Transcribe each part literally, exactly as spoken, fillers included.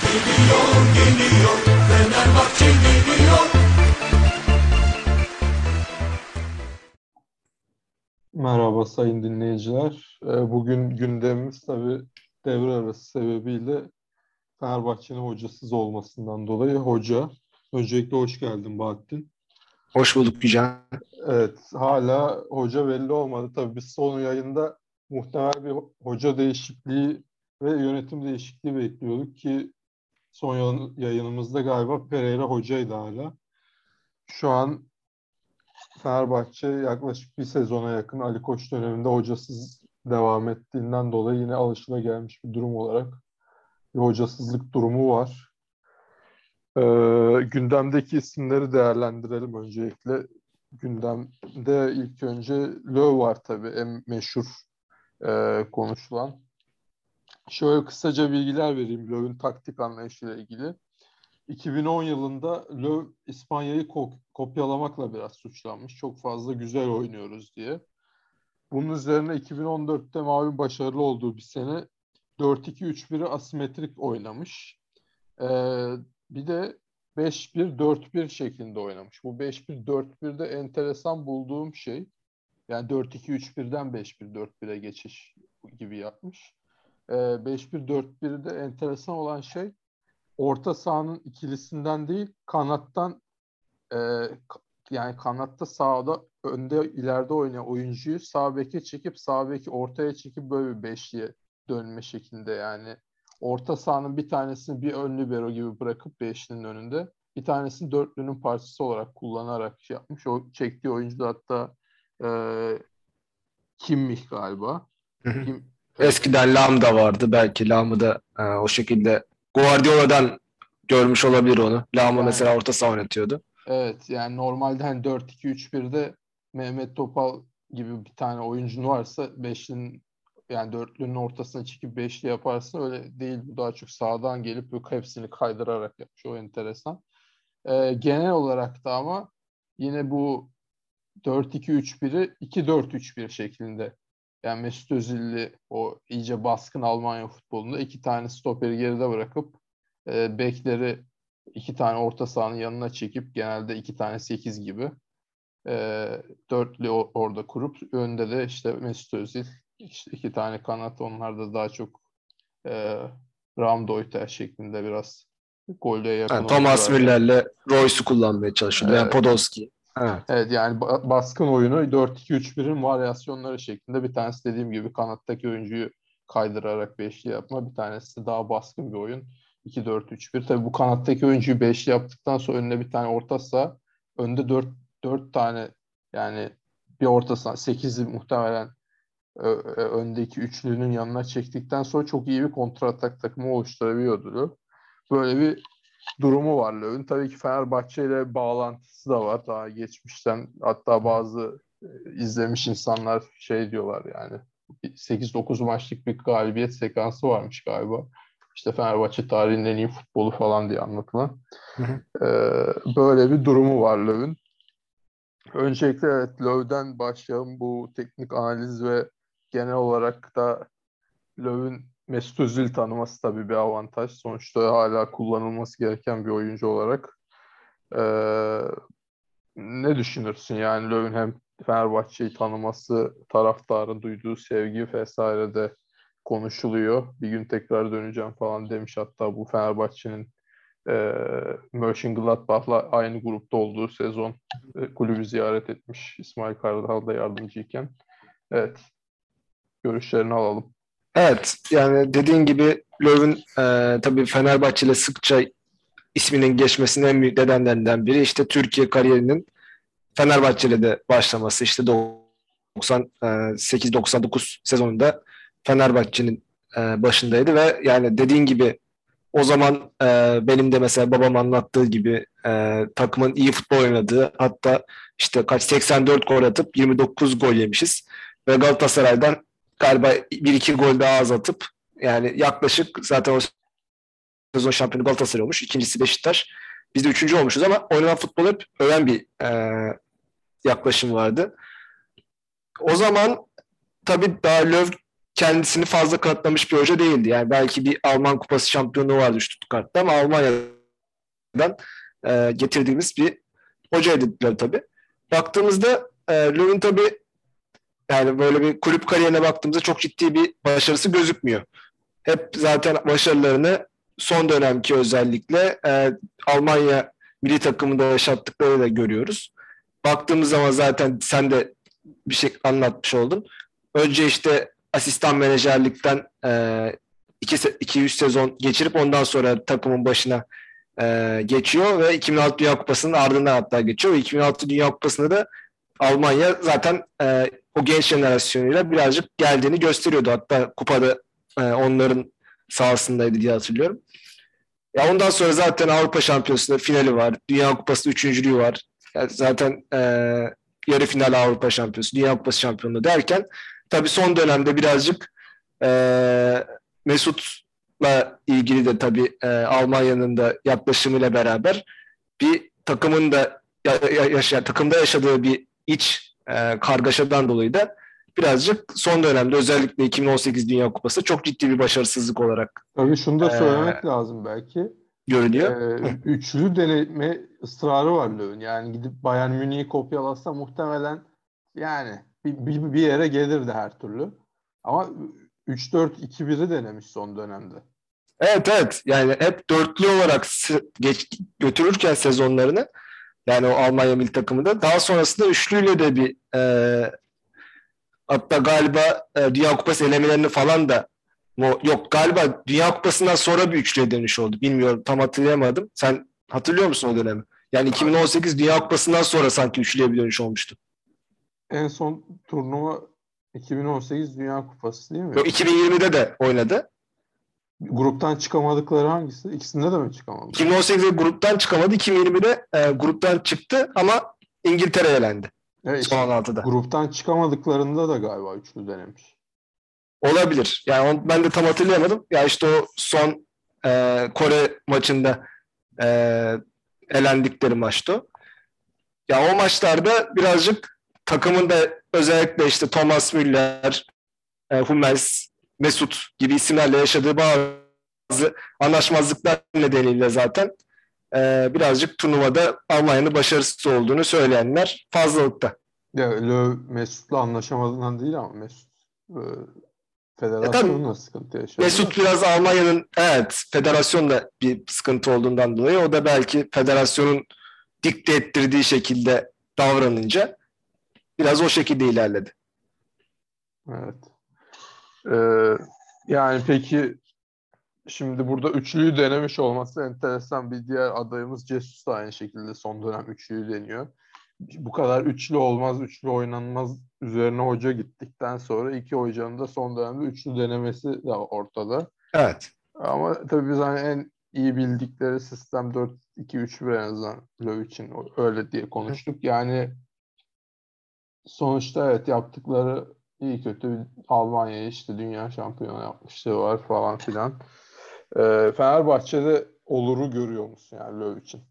Geliyor, geliyor, Fenerbahçe geliyor. Merhaba sayın dinleyiciler. Ee, Bugün gündemimiz tabii devre arası sebebiyle Fenerbahçe'nin hocasız olmasından dolayı hoca. Öncelikle hoş geldin Bahattin. Hoş bulduk Gücan. Evet, hala hoca belli olmadı. Tabii biz son yayında muhtemel bir hoca değişikliği ve yönetim değişikliği bekliyorduk ki son yayın- yayınımızda galiba Pereira hocaydı hala. Şu an Fenerbahçe yaklaşık bir sezona yakın Ali Koç döneminde hocasız devam ettiğinden dolayı yine alışılagelmiş bir durum olarak bir hocasızlık durumu var. Ee, gündemdeki isimleri değerlendirelim öncelikle. Gündemde ilk önce Löw var tabii en meşhur e, konuşulan. Şöyle kısaca bilgiler vereyim Löw'ün taktik anlayışıyla ilgili. iki bin on yılında Löw İspanya'yı ko- kopyalamakla biraz suçlanmış. Çok fazla güzel oynuyoruz diye. Bunun üzerine iki bin on dörtte malum başarılı olduğu bir sene dört iki üç biri asimetrik oynamış. Ee, bir de beş bir dört bir şeklinde oynamış. Bu beş bir dört birde enteresan bulduğum şey, yani dört iki üç birden beş bir dört bire geçiş gibi yapmış. Ee, beş bir dört birde enteresan olan şey orta sahanın ikilisinden değil kanattan e, yani kanatta sağda önde ileride oynayan oyuncuyu sağ beke çekip sağ beki ortaya çekip böyle bir beşliye dönme şeklinde, yani orta sahanın bir tanesini bir ön libero gibi bırakıp beşlinin önünde bir tanesini dörtlünün parçası olarak kullanarak şey yapmış. O çektiği oyuncu da hatta e, Kimmich galiba. Hı hı. Kim, evet, Eskiden Lambda vardı. Belki Lambda da e, o şekilde Guardiola'dan görmüş olabilir onu. Lambda yani mesela orta saha oynatıyordu. evet, yani normalde hani dört iki üç birde Mehmet Topal gibi bir tane oyuncun varsa beşlinin, yani dörtlünün ortasına çıkıp beşli yaparsın, öyle değil. Bu daha çok sağdan gelip böyle hepsini kaydırarak yapmış. O enteresan. Ee, genel olarak da ama yine bu dört iki üç biri iki dört üç bir şeklinde. Yani Mesut Özil'li o iyice baskın Almanya futbolunda iki tane stoperi geride bırakıp e, bekleri iki tane orta sahanın yanına çekip genelde iki tane sekiz gibi e, dörtlü o- orada kurup önde de işte Mesut Özil, işte iki tane kanat, onlar da daha çok e, Ramdeuter şeklinde biraz golde yakın Yani Thomas oyuncularla. Müller'le Royce'u kullanmaya çalışıyordu. Yani Evet. Podolski. Evet. Evet, yani ba- baskın oyunu dört iki üç birin varyasyonları şeklinde. Bir tanesi dediğim gibi kanattaki oyuncuyu kaydırarak beşli yapma. Bir tanesi daha baskın bir oyun. iki dört üç bir. Tabii bu kanattaki oyuncuyu beşli yaptıktan sonra önüne bir tane orta saha. Önde dört dört tane, yani bir orta saha sekizi muhtemelen ö- ö- öndeki üçlünün yanına çektikten sonra çok iyi bir kontratak takımı oluşturabiliyordu. Böyle bir durumu var Löw'ün. Tabii ki Fenerbahçe ile bağlantısı da var daha geçmişten. Hatta bazı e, izlemiş insanlar şey diyorlar, yani sekiz dokuz maçlık bir galibiyet sekansı varmış galiba. İşte Fenerbahçe tarihinin en iyi futbolu falan diye anlatılan. Hı hı. Ee, böyle bir durumu var Löw'ün. Öncelikle evet, Löw'den başlayalım. Bu teknik analiz ve genel olarak da Löw'ün Mesut Özil tanıması tabii bir avantaj. Sonuçta hala kullanılması gereken bir oyuncu olarak. Ee, ne düşünürsün yani Löw'ün hem Fenerbahçe'yi tanıması, taraftarın duyduğu sevgi vesaire de konuşuluyor. Bir gün tekrar döneceğim falan demiş. Hatta bu Fenerbahçe'nin e, Mönchengladbach'la aynı grupta olduğu sezon e, kulübü ziyaret etmiş İsmail Kartal da yardımcıyken. Evet, görüşlerini alalım. Evet. Yani dediğin gibi Löw'ün e, tabii Fenerbahçe ile sıkça isminin geçmesinin en büyük nedenlerinden biri işte Türkiye kariyerinin Fenerbahçe'yle de başlaması. İşte doksan sekiz doksan dokuz sezonunda Fenerbahçe'nin e, başındaydı ve yani dediğin gibi o zaman e, benim de mesela babam anlattığı gibi e, takımın iyi futbol oynadığı, hatta işte kaç seksen dört gol atıp yirmi dokuz gol yemişiz ve Galatasaray'dan galiba bir iki gol daha az atıp, yani yaklaşık zaten o sezon şampiyonu Galatasaray olmuş, ikincisi Beşiktaş. Biz de üçüncü olmuşuz ama oynanan futbol hep öven bir e, yaklaşım vardı. O zaman tabii daha Löw kendisini fazla kanıtlamış bir hoca değildi. Yani belki bir Alman kupası şampiyonluğu vardı Stuttgart'ta ama Almanya'dan e, getirdiğimiz bir hocaydı Löw tabii. Baktığımızda e, Löw'ün tabii yani böyle bir kulüp kariyerine baktığımızda çok ciddi bir başarısı gözükmüyor. Hep zaten başarılarını son dönemki özellikle e, Almanya milli takımında yaşattıkları da görüyoruz. Baktığımız zaman zaten sen de bir şey anlatmış oldun. Önce işte asistan menajerlikten e, iki, iki yüz sezon geçirip ondan sonra takımın başına e, geçiyor ve iki bin altı Dünya Kupası'nın ardından hatta geçiyor. iki bin altı Dünya Kupası'nda da Almanya zaten e, o genç jenerasyonuyla birazcık geldiğini gösteriyordu. Hatta kupada e, onların sahasındaydı diye hatırlıyorum. Ya ondan sonra zaten Avrupa Şampiyonası'nda finali var. Dünya Kupası üçüncülüğü var. Yani zaten e, yarı final Avrupa Şampiyonası, Dünya Kupası şampiyonluğu derken tabii son dönemde birazcık e, Mesut'la ilgili de tabii e, Almanya'nın da yaklaşımıyla beraber bir takımın da ya, ya, yaşayan, takımda yaşadığı bir iç e, kargaşadan dolayı da birazcık son dönemde özellikle iki bin on sekiz Dünya Kupası çok ciddi bir başarısızlık olarak Tabii şunu da e, söylemek lazım belki. görülüyor. Ee, üçlü deneme ısrarı var Löw'ün. Yani gidip Bayern Münih'i kopyalasa muhtemelen yani bir, bir, bir yere gelirdi her türlü. Ama üç dört iki biri denemiş son dönemde. Evet evet yani hep dörtlü olarak geç, götürürken sezonlarını yani o Almanya milli takımında daha sonrasında üçlüyle de bir e, hatta galiba e, Dünya Kupası elemelerini falan da yok galiba Dünya Kupası'ndan sonra bir üçlüye dönüş oldu. Bilmiyorum tam hatırlayamadım. Sen hatırlıyor musun o dönemi? Yani iki bin on sekiz Dünya Kupası'ndan sonra sanki üçlüye bir dönüş olmuştu. En son turnuva iki bin on sekiz Dünya Kupası değil mi? Yok, iki bin yirmide de oynadı. Gruptan çıkamadıkları hangisi? İkisinde de mi çıkamadı? iki bin on sekizde gruptan çıkamadı. iki bin yirmide e, gruptan çıktı ama İngiltere elendi. Evet, Son on altıda. Gruptan çıkamadıklarında da galiba üçlü denemiş. Olabilir. Yani onu ben de tam hatırlayamadım. Ya işte o son e, Kore maçında e, elendikleri maçtı o. Ya o maçlarda birazcık takımın da özellikle işte Thomas Müller, e, Hummels, Mesut gibi isimlerle yaşadığı bazı anlaşmazlıklar nedeniyle zaten e, birazcık turnuvada Almanya'nın başarısız olduğunu söyleyenler fazlalıkta. Ya Löw Mesut'la anlaşamadığından değil ama Mesut e, E, federasyonla sıkıntı yaşadı. Mesut biraz Almanya'nın evet federasyonda bir sıkıntı olduğundan dolayı o da belki federasyonun dikte ettirdiği şekilde davranınca biraz o şekilde ilerledi. Evet. Ee, yani peki şimdi burada üçlüyü denemiş olması enteresan. Bir diğer adayımız Jesus da aynı şekilde son dönem üçlüyü deniyor. Bu kadar üçlü olmaz, üçlü oynanmaz üzerine hoca gittikten sonra iki hocanın da son dönemde üçlü denemesi de ortada. Evet. Ama tabii biz hani en iyi bildikleri sistem dört iki üç bir en azından Löw için öyle diye konuştuk. Yani sonuçta evet yaptıkları iyi kötü Almanya'yı işte dünya şampiyonu yapmışlığı var falan filan. Ee, Fenerbahçe'de oluru görüyor musun yani Löw için?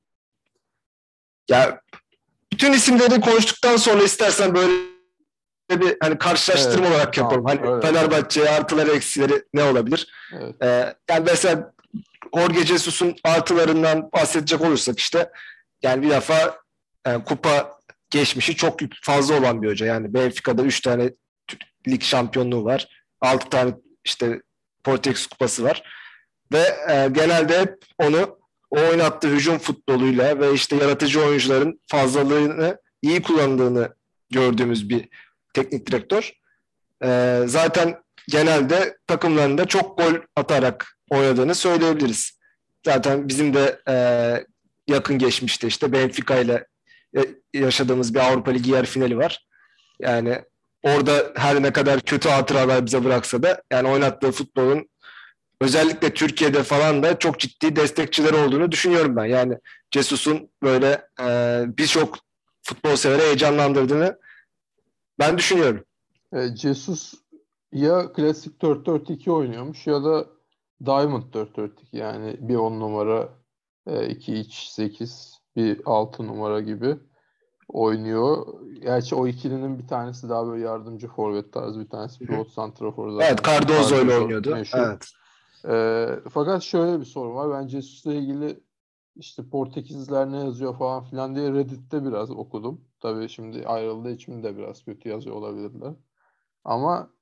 Ya bütün isimleri konuştuktan sonra istersen böyle bir hani karşılaştırma Evet, olarak yapalım. tamam, Hani öyle. Fenerbahçe'ye artıları eksileri ne olabilir? Evet. Ee, yani mesela Jorge Jesus'un artılarından bahsedecek olursak işte yani bir defa e, kupa geçmişi çok fazla olan bir hoca. Yani Benfica'da üç tane lig şampiyonluğu var. altı tane işte Portekiz kupası var. Ve e, genelde hep onu o oynattığı hücum futboluyla ve işte yaratıcı oyuncuların fazlalığını iyi kullandığını gördüğümüz bir teknik direktör. E, zaten genelde takımlarında çok gol atarak oynadığını söyleyebiliriz. Zaten bizim de e, yakın geçmişte işte Benfica ile yaşadığımız bir Avrupa Ligi yarı finali var. Yani orada her ne kadar kötü hatıralar bize bıraksa da yani oynattığı futbolun özellikle Türkiye'de falan da çok ciddi destekçileri olduğunu düşünüyorum ben. Yani Jesus'un böyle e, birçok futbol severi heyecanlandırdığını ben düşünüyorum. E, Jesus ya klasik dört dört iki oynuyormuş ya da Diamond dört dört iki yani bir on numara, e, iki iç sekiz, bir altı numara gibi. oynuyor. Gerçi o ikilinin bir tanesi daha böyle yardımcı forvet tarzı, bir tanesi pivot santrafor zaten. Evet, Cardozo ile Cardozo oynuyordu. meşhur. Evet. Ee, fakat şöyle bir sorun var. Ben Jesus'la ilgili işte Portekizliler ne yazıyor falan filan diye Reddit'te biraz okudum. Tabii şimdi ayrıldığı için de biraz kötü yazıyor olabilirler. Ama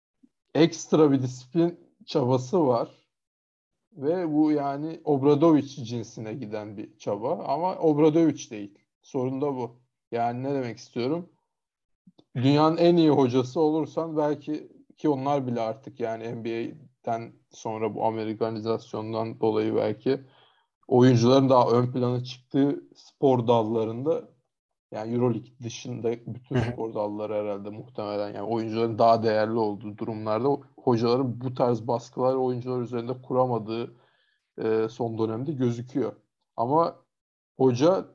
ekstra bir disiplin çabası var. Ve bu yani Obradoviç cinsine giden bir çaba. Ama Obradoviç değil. Sorun da bu. Yani ne demek istiyorum? Dünyanın en iyi hocası olursan belki, ki onlar bile artık yani N B A'den sonra bu Amerikanizasyondan dolayı belki oyuncuların daha ön plana çıktığı spor dallarında, yani EuroLeague dışında bütün spor dalları herhalde muhtemelen, yani oyuncuların daha değerli olduğu durumlarda hocaların bu tarz baskılar oyuncular üzerinde kuramadığı e, son dönemde gözüküyor. Ama hoca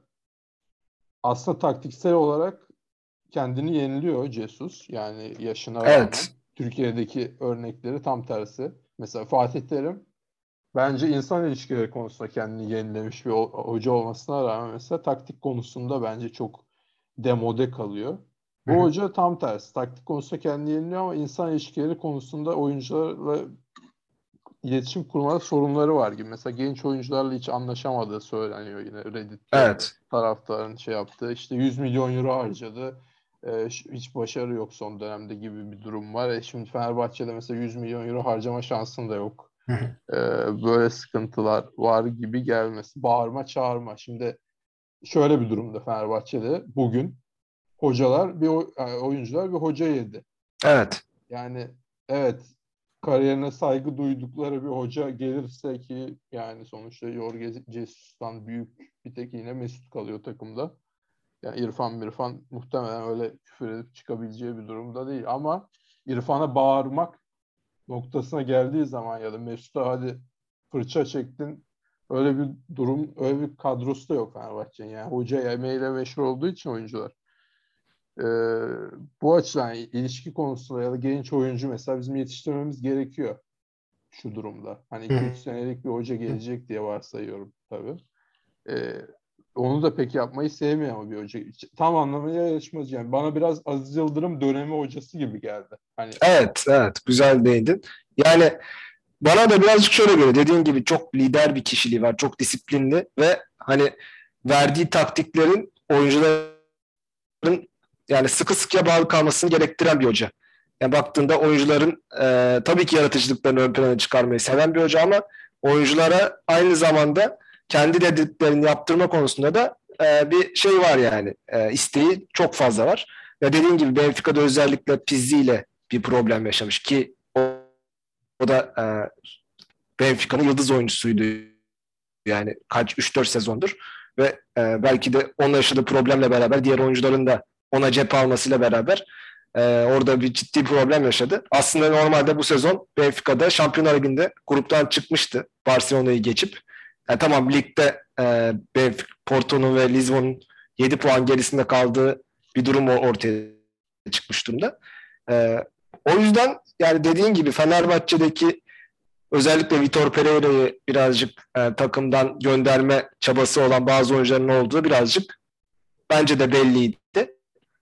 aslında taktiksel olarak kendini yeniliyor Jesus. Yani yaşına rağmen. Evet. Türkiye'deki örnekleri tam tersi. Mesela Fatih Terim bence insan ilişkileri konusunda kendini yenilemiş bir hoca olmasına rağmen mesela taktik konusunda bence çok demode kalıyor. Bu hoca tam tersi. Taktik konusunda kendini yeniliyor ama insan ilişkileri konusunda oyuncularla iletişim kurmada sorunları var gibi. Mesela genç oyuncularla hiç anlaşamadığı söyleniyor yine Reddit'te. Evet. Taraftarın şey yaptığı, işte yüz milyon euro harcadı. Ee, hiç başarı yok son dönemde gibi bir durum var. E şimdi Fenerbahçe'de mesela yüz milyon euro harcama şansın da yok. Ee, böyle sıkıntılar var gibi gelmesi. Bağırma çağırma. Şimdi şöyle bir durumda Fenerbahçe'de bugün hocalar bir oyuncular bir hoca yedi. Evet. Yani evet, kariyerine saygı duydukları bir hoca gelirse, ki yani sonuçta Jorge Jesus'tan büyük bir tek yine Mesut kalıyor takımda. Yani İrfan Mirfan muhtemelen öyle küfür edip çıkabileceği bir durumda değil. Ama İrfan'a bağırmak noktasına geldiği zaman ya da Mesut'a hadi fırça çektin, öyle bir durum, öyle bir kadrosu da yok Fenerbahçe'nin. Yani hoca emeğiyle meşhur olduğu için oyuncular. Ee, bu açıdan ilişki konusunda ya da genç oyuncu mesela bizim yetiştirmemiz gerekiyor şu durumda. Hani iki üç senelik bir hoca gelecek diye varsayıyorum tabii. Ee, onu da pek yapmayı sevmiyor ama bir hoca. Tam anlamıyla yarışmaz yani. Bana biraz Aziz Yıldırım dönemi hocası gibi geldi. Hani Evet. Evet. Güzel değindin. Yani bana da birazcık şöyle göre dediğin gibi çok lider bir kişiliği var. Çok disiplinli ve hani verdiği taktiklerin oyuncuların yani sıkı sıkıya bağlı kalmasını gerektiren bir hoca. Yani baktığında oyuncuların e, tabii ki yaratıcılıklarını ön plana çıkarmayı seven bir hoca ama oyunculara aynı zamanda kendi dediklerini yaptırma konusunda da e, bir şey var yani. E, isteği çok fazla var. Ve dediğin gibi Benfica'da özellikle Pizzi ile bir problem yaşamış ki o, o da e, Benfica'nın yıldız oyuncusuydu yani kaç üç dört sezondur ve e, belki de onunla yaşadığı problemle beraber diğer oyuncuların da ona cephe almasıyla beraber e, orada bir ciddi problem yaşadı. Aslında normalde bu sezon Benfica'da Şampiyonlar Ligi'nde gruptan çıkmıştı Barcelona'yı geçip. Yani tamam ligde e, Benfica, Porto'nun ve Lisbon'un yedi puan gerisinde kaldığı bir durum ortaya çıkmış durumda. E, o yüzden yani dediğin gibi Fenerbahçe'deki özellikle Vitor Pereira'yı birazcık e, takımdan gönderme çabası olan bazı oyuncuların olduğu birazcık bence de belliydi.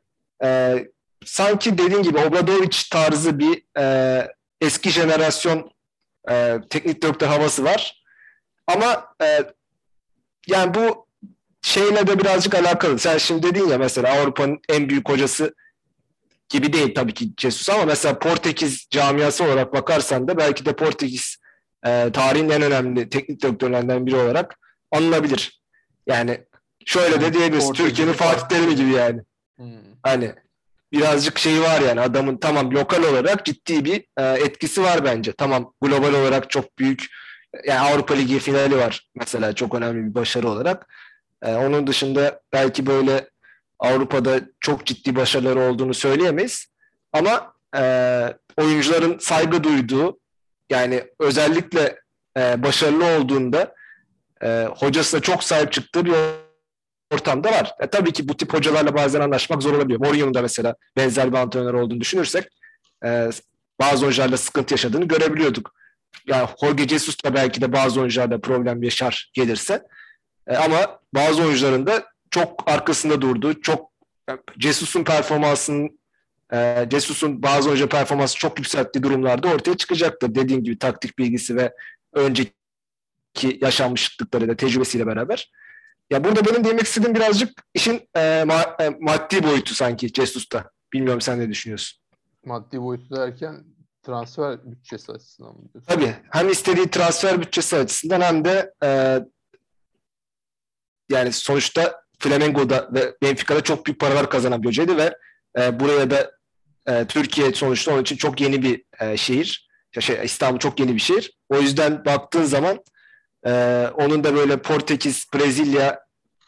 E, sanki dediğin gibi Obradoviç tarzı bir e, eski jenerasyon e, teknik direktör havası var. Ama e, yani bu şeyle de birazcık alakalı. Sen şimdi dedin ya mesela Avrupa'nın en büyük hocası gibi değil tabii ki Jesus ama mesela Portekiz camiası olarak bakarsan da belki de Portekiz e, tarihin en önemli teknik direktörlerinden biri olarak anılabilir. Yani şöyle yani de diyebiliriz. Türkiye'nin Portekiz'i Fatih Terim'i gibi yani. Hmm. Hani birazcık şeyi var yani adamın tamam lokal olarak ciddi bir e, etkisi var bence. Tamam global olarak çok büyük yani Avrupa Ligi finali var mesela çok önemli bir başarı olarak. E, onun dışında belki böyle Avrupa'da çok ciddi başarıları olduğunu söyleyemeyiz. Ama e, oyuncuların saygı duyduğu yani özellikle e, başarılı olduğunda e, hocasına çok sahip çıktığı bir ortamda var. E, tabii ki bu tip hocalarla bazen anlaşmak zor olabiliyor. Mourinho'nun da mesela benzer bir antrenör olduğunu düşünürsek e, bazı hocalarla sıkıntı yaşadığını görebiliyorduk. Yani Jorge Jesus da belki de bazı oyuncularla problem yaşar gelirse. E, ama bazı oyuncuların da çok arkasında durduğu, çok Jesus'un performansının e, Jesus'un bazı hoca performansı çok yükselttiği durumlarda ortaya çıkacaktır. Dediğim gibi taktik bilgisi ve önceki yaşanmışlıkları da tecrübesiyle beraber. Ya burada benim demek istediğim birazcık işin e, ma- e, maddi boyutu sanki Jesus'ta. Bilmiyorum sen ne düşünüyorsun? Maddi boyutu derken transfer bütçesi açısından mı diyorsun? Tabii. Hem istediği transfer bütçesi açısından hem de e, yani sonuçta Flamengo'da ve Benfica'da çok büyük paralar kazanan bir hocaydı ve e, buraya da e, Türkiye sonuçta onun için çok yeni bir e, şehir. Şey, İstanbul çok yeni bir şehir. O yüzden baktığın zaman e, onun da böyle Portekiz, Brezilya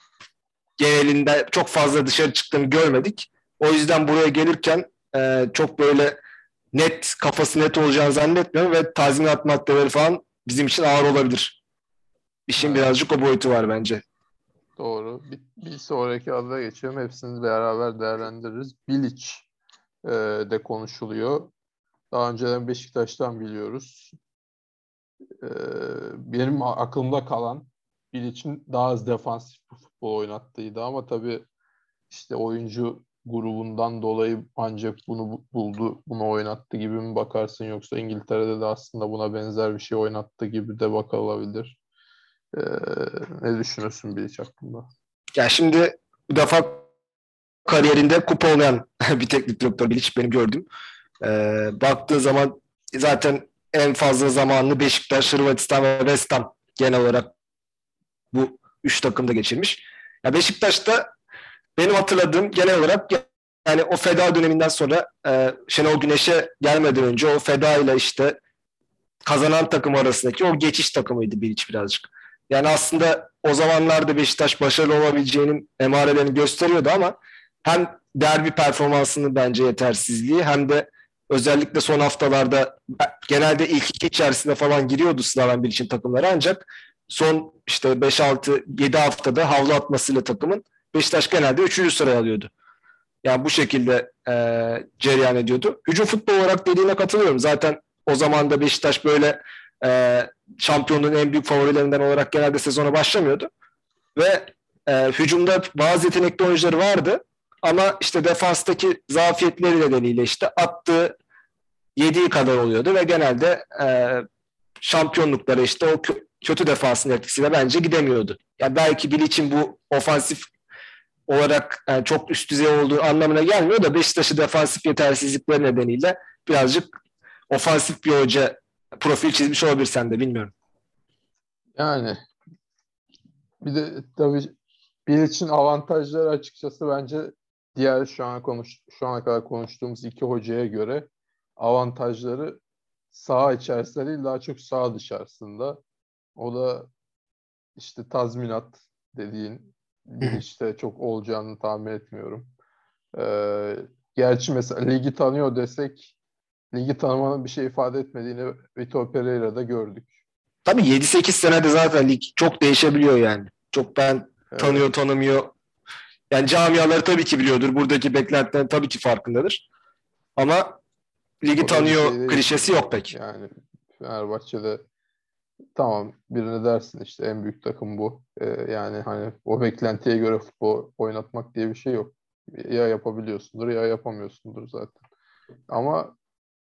genelinde çok fazla dışarı çıktığını görmedik. O yüzden buraya gelirken e, çok böyle net, kafası net olacağını zannetmiyorum ve tazminat maddeleri falan bizim için ağır olabilir. İşin Evet. birazcık o boyutu var bence. Doğru. Bir, bir sonraki adıda geçiyorum. Hepsini beraber değerlendiririz. Bilic e, de konuşuluyor. Daha önceden Beşiktaş'tan biliyoruz. E, benim aklımda kalan Bilic'in daha az defansif bir futbol oynattığıydı ama tabii işte oyuncu grubundan dolayı ancak bunu buldu, bunu oynattı gibi mi bakarsın, yoksa İngiltere'de de aslında buna benzer bir şey oynattı gibi de bakılabilir. Ee, ne düşünüyorsun Bilic hakkında? Ya şimdi bu defa kariyerinde kupa olmayan bir teknik direktör Bilic benim gördüğüm. Ee, baktığı zaman zaten en fazla zamanını Beşiktaş, Hırvatistan ve West Ham genel olarak bu üç takımda geçirmiş. Ya Beşiktaş'ta benim hatırladığım genel olarak yani o feda döneminden sonra e, Şenol Güneş'e gelmeden önce o feda ile işte kazanan takım arasındaki o geçiş takımıydı Bilic birazcık. Yani aslında o zamanlarda Beşiktaş başarılı olabileceğinin emarelerini gösteriyordu ama hem derbi performansının bence yetersizliği hem de özellikle son haftalarda genelde ilk iki içerisinde falan giriyordu Slaven Bilic'in takımları, ancak son işte beş altı yedi haftada havlu atmasıyla takımın Beşiktaş genelde üçüncü sıraya alıyordu. Yani bu şekilde e, cereyan ediyordu. Hücum futbol olarak dediğine katılıyorum. Zaten o zaman da Beşiktaş böyle e, şampiyonluğun en büyük favorilerinden olarak genelde sezona başlamıyordu. Ve e, hücumda bazı yetenekli oyuncuları vardı. Ama işte defanstaki zafiyetleri nedeniyle işte attığı yediği kadar oluyordu ve genelde e, şampiyonluklara işte o kö- kötü defansın etkisiyle bence gidemiyordu. Yani belki Bilic'in bu ofansif olarak yani çok üst düzey olduğu anlamına gelmiyor da Beşiktaş'ı defansif yetersizlikleri nedeniyle birazcık ofansif bir hoca profil çizmiş olabilir, sen de bilmiyorum. Yani bir de tabii Bilic'in avantajları açıkçası bence diğer şu an konuş şu ana kadar konuştuğumuz iki hocaya göre avantajları saha içerisinde değil, daha çok saha dışarısında. O da işte tazminat dediğin Bilic'te çok olacağını tahmin etmiyorum. Ee, gerçi mesela ligi tanıyor desek ligi tanımanın bir şey ifade etmediğini Vitor Pereira'da gördük. Tabii yedi sekiz senede zaten lig çok değişebiliyor yani. Çok ben tanıyor Evet. tanımıyor. Yani camiaları tabii ki biliyordur. Buradaki beklentilerin tabii ki farkındadır. Ama ligi O da bir şey tanıyor değişmiyor. klişesi yok pek. Yani Fenerbahçe'de tamam birini dersin işte en büyük takım bu. Ee, yani hani o beklentiye göre futbol oynatmak diye bir şey yok. Ya yapabiliyorsundur ya yapamıyorsundur zaten. Ama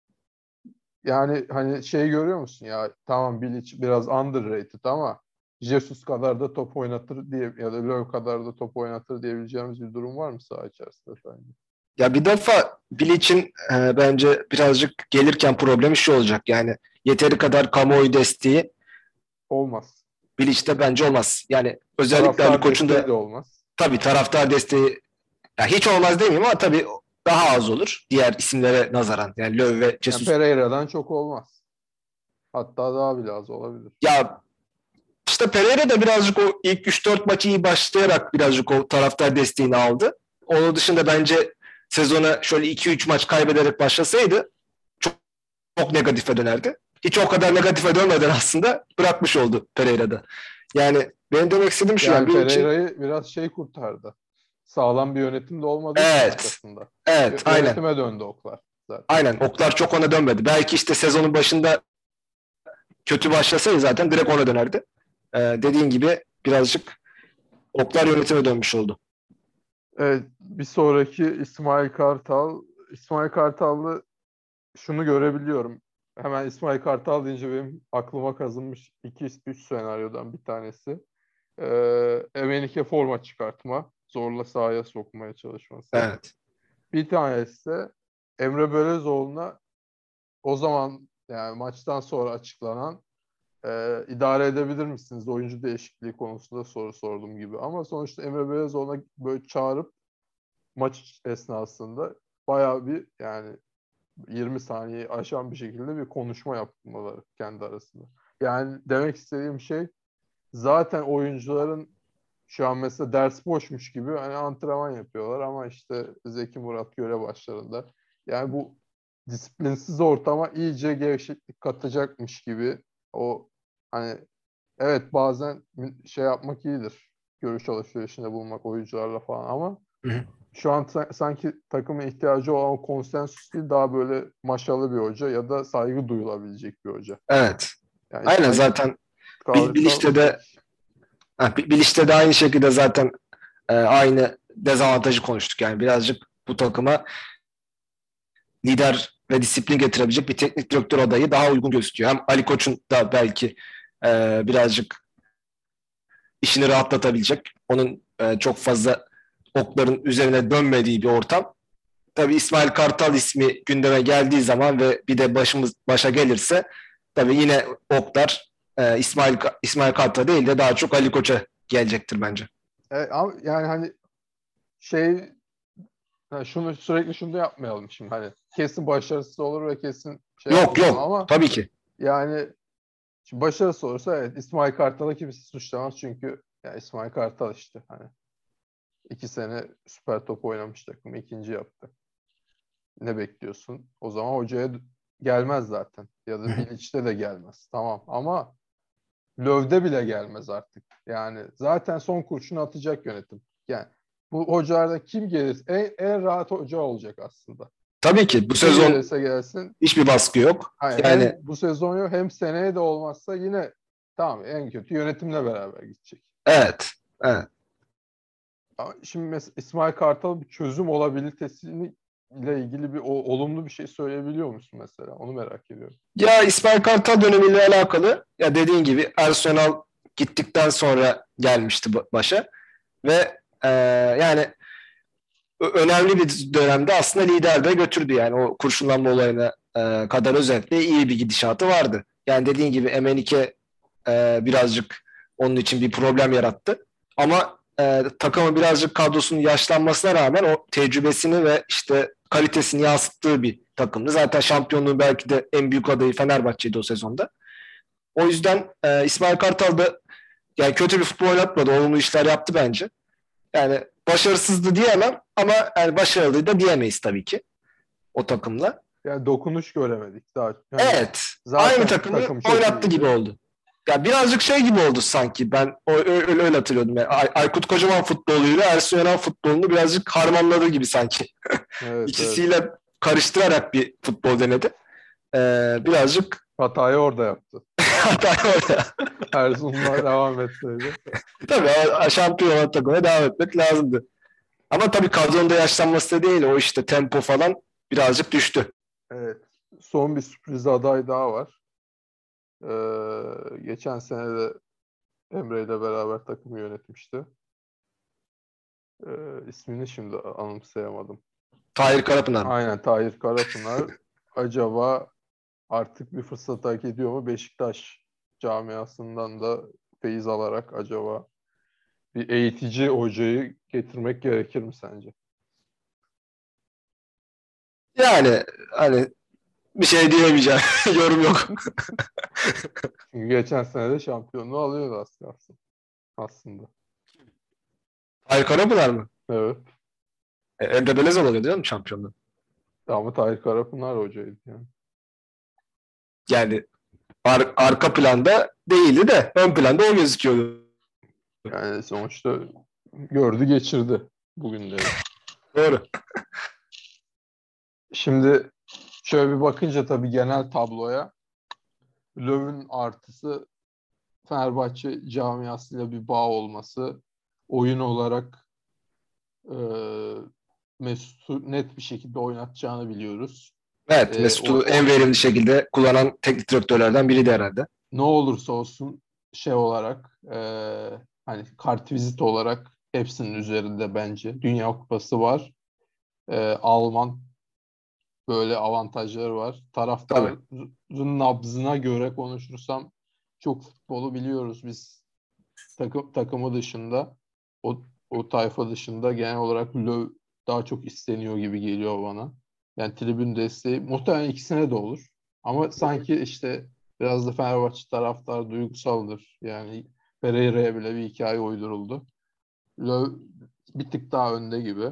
yani hani şey görüyor musun ya, tamam Bilic biraz underrated ama Jesus kadar da top oynatır diye ya da Löw kadar da top oynatır diyebileceğimiz bir durum var mı saha içerisinde sence? Ya bir defa Bilic'in e, bence birazcık gelirken problemi şu olacak. Yani yeteri kadar kamuoyu desteği Olmaz. Bilic'te bence olmaz. Yani özellikle Ali Taraftar Koç'un desteği da de olmaz. tabii taraftar desteği ya hiç olmaz demeyeyim ama tabii daha az olur diğer isimlere nazaran. Yani Löw ve Yani Jesus. Pereira'dan çok olmaz. Hatta daha bile az olabilir. Ya işte Pereira da birazcık o ilk üç dört maçı iyi başlayarak birazcık o taraftar desteğini aldı. Onun dışında bence sezona şöyle iki üç maç kaybederek başlasaydı çok, çok negatife dönerdi. Hiç o kadar negatife dönmeden aslında bırakmış oldu Pereira'da. Yani benim demek istediğim şu, yani Yani benim için Pereira'yı biraz şey kurtardı. Sağlam bir yönetim de olmadığı için evet, arkasında. evet, Yö- aynen. Yönetime döndü oklar zaten. Aynen, oklar çok ona dönmedi. Belki işte sezonun başında kötü başlasaydı zaten direkt ona dönerdi. Ee, dediğin gibi birazcık oklar yönetime dönmüş oldu. Evet, bir sonraki İsmail Kartal. İsmail Kartal'ı şunu görebiliyorum. Hemen İsmail Kartal deyince benim aklıma kazınmış iki üç senaryodan bir tanesi. Ee, Emenike forma çıkartma, zorla sahaya sokmaya çalışması. Evet. Bir tanesi de Emre Belözoğlu'na o zaman yani maçtan sonra açıklanan e, idare edebilir misiniz oyuncu değişikliği konusunda soru sordum gibi. Ama sonuçta Emre Belözoğlu'na böyle çağırıp maç esnasında bayağı bir yani yirmi saniyeyi aşan bir şekilde bir konuşma yapmaları kendi arasında. Yani demek istediğim şey zaten oyuncuların şu an mesela ders boşmuş gibi hani antrenman yapıyorlar ama işte Zeki Murat görev başlarında. Yani bu disiplinsiz ortama iyice gevşeklik katacakmış gibi o hani evet bazen şey yapmak iyidir. Görüş alışverişinde bulunmak oyuncularla falan ama Hı hı. şu an sa- sanki takımın ihtiyacı olan o konsensüs değil daha böyle maşalı bir hoca ya da saygı duyulabilecek bir hoca. Evet. Yani Aynen İsmail zaten Bil- Kartal Bilic'te de pek ha, Bil- Bilic'te de aynı şekilde zaten e, aynı dezavantajı konuştuk. Yani birazcık bu takıma lider ve disiplin getirebilecek bir teknik direktör adayı daha uygun gözüküyor. Hem Ali Koç'un da belki e, birazcık işini rahatlatabilecek. Onun e, çok fazla okların üzerine dönmediği bir ortam. Tabii İsmail Kartal ismi gündeme geldiği zaman ve bir de başımız başa gelirse tabii yine oklar e, İsmail İsmail Kartal değil de daha çok Ali Koç'a gelecektir bence. e, ama yani hani şey ha, şunu sürekli şunu da yapmayalım şimdi hani kesin başarısız olur ve kesin şey Yok yapmayalım yok ama tabii ki. yani şimdi başarısız olursa evet İsmail Kartal'ı kimse suçlamaz çünkü ya İsmail Kartal işte hani iki sene süper top oynamış takım ikinci yaptı. Ne bekliyorsun? O zaman hocaya gelmez zaten. Ya da Bilic'te de gelmez. Tamam ama Löw'de bile gelmez artık. Yani zaten son kurşunu atacak yönetim. Yani bu hocalardan kim gelir? En, en rahat hoca olacak aslında. Tabii ki bu Kim sezon gelirse gelsin. hiçbir baskı yok. Hani Yani hem bu sezon yok hem seneye de olmazsa yine tamam en kötü yönetimle beraber gidecek. evet. Evet. Ama şimdi mesela İsmail Kartal bir çözüm olabilitesini ile ilgili bir o, olumlu bir şey söyleyebiliyor musun mesela? Onu merak ediyorum. Ya İsmail Kartal dönemiyle alakalı ya dediğin gibi Arsenal gittikten sonra gelmişti başa ve e, yani önemli bir dönemde aslında lider de götürdü yani o kurşunlanma olayına e, kadar özellikle iyi bir gidişatı vardı. Yani dediğin gibi Emenike e, birazcık onun için bir problem yarattı. Ama e, takımın birazcık kadrosunun yaşlanmasına rağmen o tecrübesini ve işte kalitesini yansıttığı bir takımdı. Zaten şampiyonluğun belki de en büyük adayı Fenerbahçe'ydi o sezonda. O yüzden e, İsmail Kartal da yani kötü bir futbol oynatmadı. Olumlu işler yaptı bence. Yani başarısızdı diyemem ama yani başarılıydı da diyemeyiz tabii ki o takımla. Yani dokunuş göremedik daha. Yani Evet. Aynı zaten takımı takım çok oynattı gibi iyiydi. oldu. Ya birazcık şey gibi oldu sanki. Ben o, öyle, öyle hatırlıyordum. Yani Ay- Aykut Kocaman futboluyla Ersun Yanal futbolunu birazcık harmanladığı gibi sanki. Evet, evet. İkisiyle karıştırarak bir futbol denedi. Ee, birazcık Hatayı orada yaptı. hata orada. Erzurum'la devam etseydi. Tabii o- şampiyon olan takıma devam etmek lazımdı. Ama tabii kadronun da yaşlanması da değil. O işte tempo falan birazcık düştü. Evet. Son bir sürpriz aday daha var. Ee, geçen sene de Emre ile beraber takımı yönetmişti. Ee, ismini şimdi anımsayamadım. Tahir Karapınar mı? Aynen Tahir Karapınar. Acaba artık bir fırsat hak ediyor mu? Beşiktaş camiasından da feyiz alarak acaba bir eğitici hocayı getirmek gerekir mi sence? Yani hani bir şey diyemeyeceğim. Yorum yok. Çünkü geçen sene de şampiyonluğu alıyordu aslında. Aslında. Tahir Karapınar mı? Evet. E, Emre Belözoğlu oluyor değil mi şampiyonluğu? Ama Tahir Karapınar hocaydı yani. Yani ar- arka planda değildi de ön planda o gözüküyordu. Yani sonuçta gördü geçirdi bugünleri. Doğru. Şimdi şöyle bir bakınca tabii genel tabloya Löw'ün artısı Fenerbahçe camiasıyla bir bağ olması, oyun olarak e, Mesut'u net bir şekilde oynatacağını biliyoruz. Evet, E, Mesut'u o, en o, verimli şekilde kullanan teknik direktörlerden biriydi herhalde. ne olursa olsun şey olarak e, hani kartvizit olarak hepsinin üzerinde bence. Dünya Kupası var. E, Alman böyle avantajları var. Tabii. Taraftarın nabzına göre konuşursam çok futbolu biliyoruz biz takım takımı dışında o o tayfa dışında genel olarak Löw daha çok isteniyor gibi geliyor bana. Yani tribün desteği muhtemelen ikisine de olur. Ama sanki işte biraz da Fenerbahçe taraftar duygusaldır. Yani Pereira'ya bile bir hikaye uyduruldu. Löw bir tık daha önde gibi.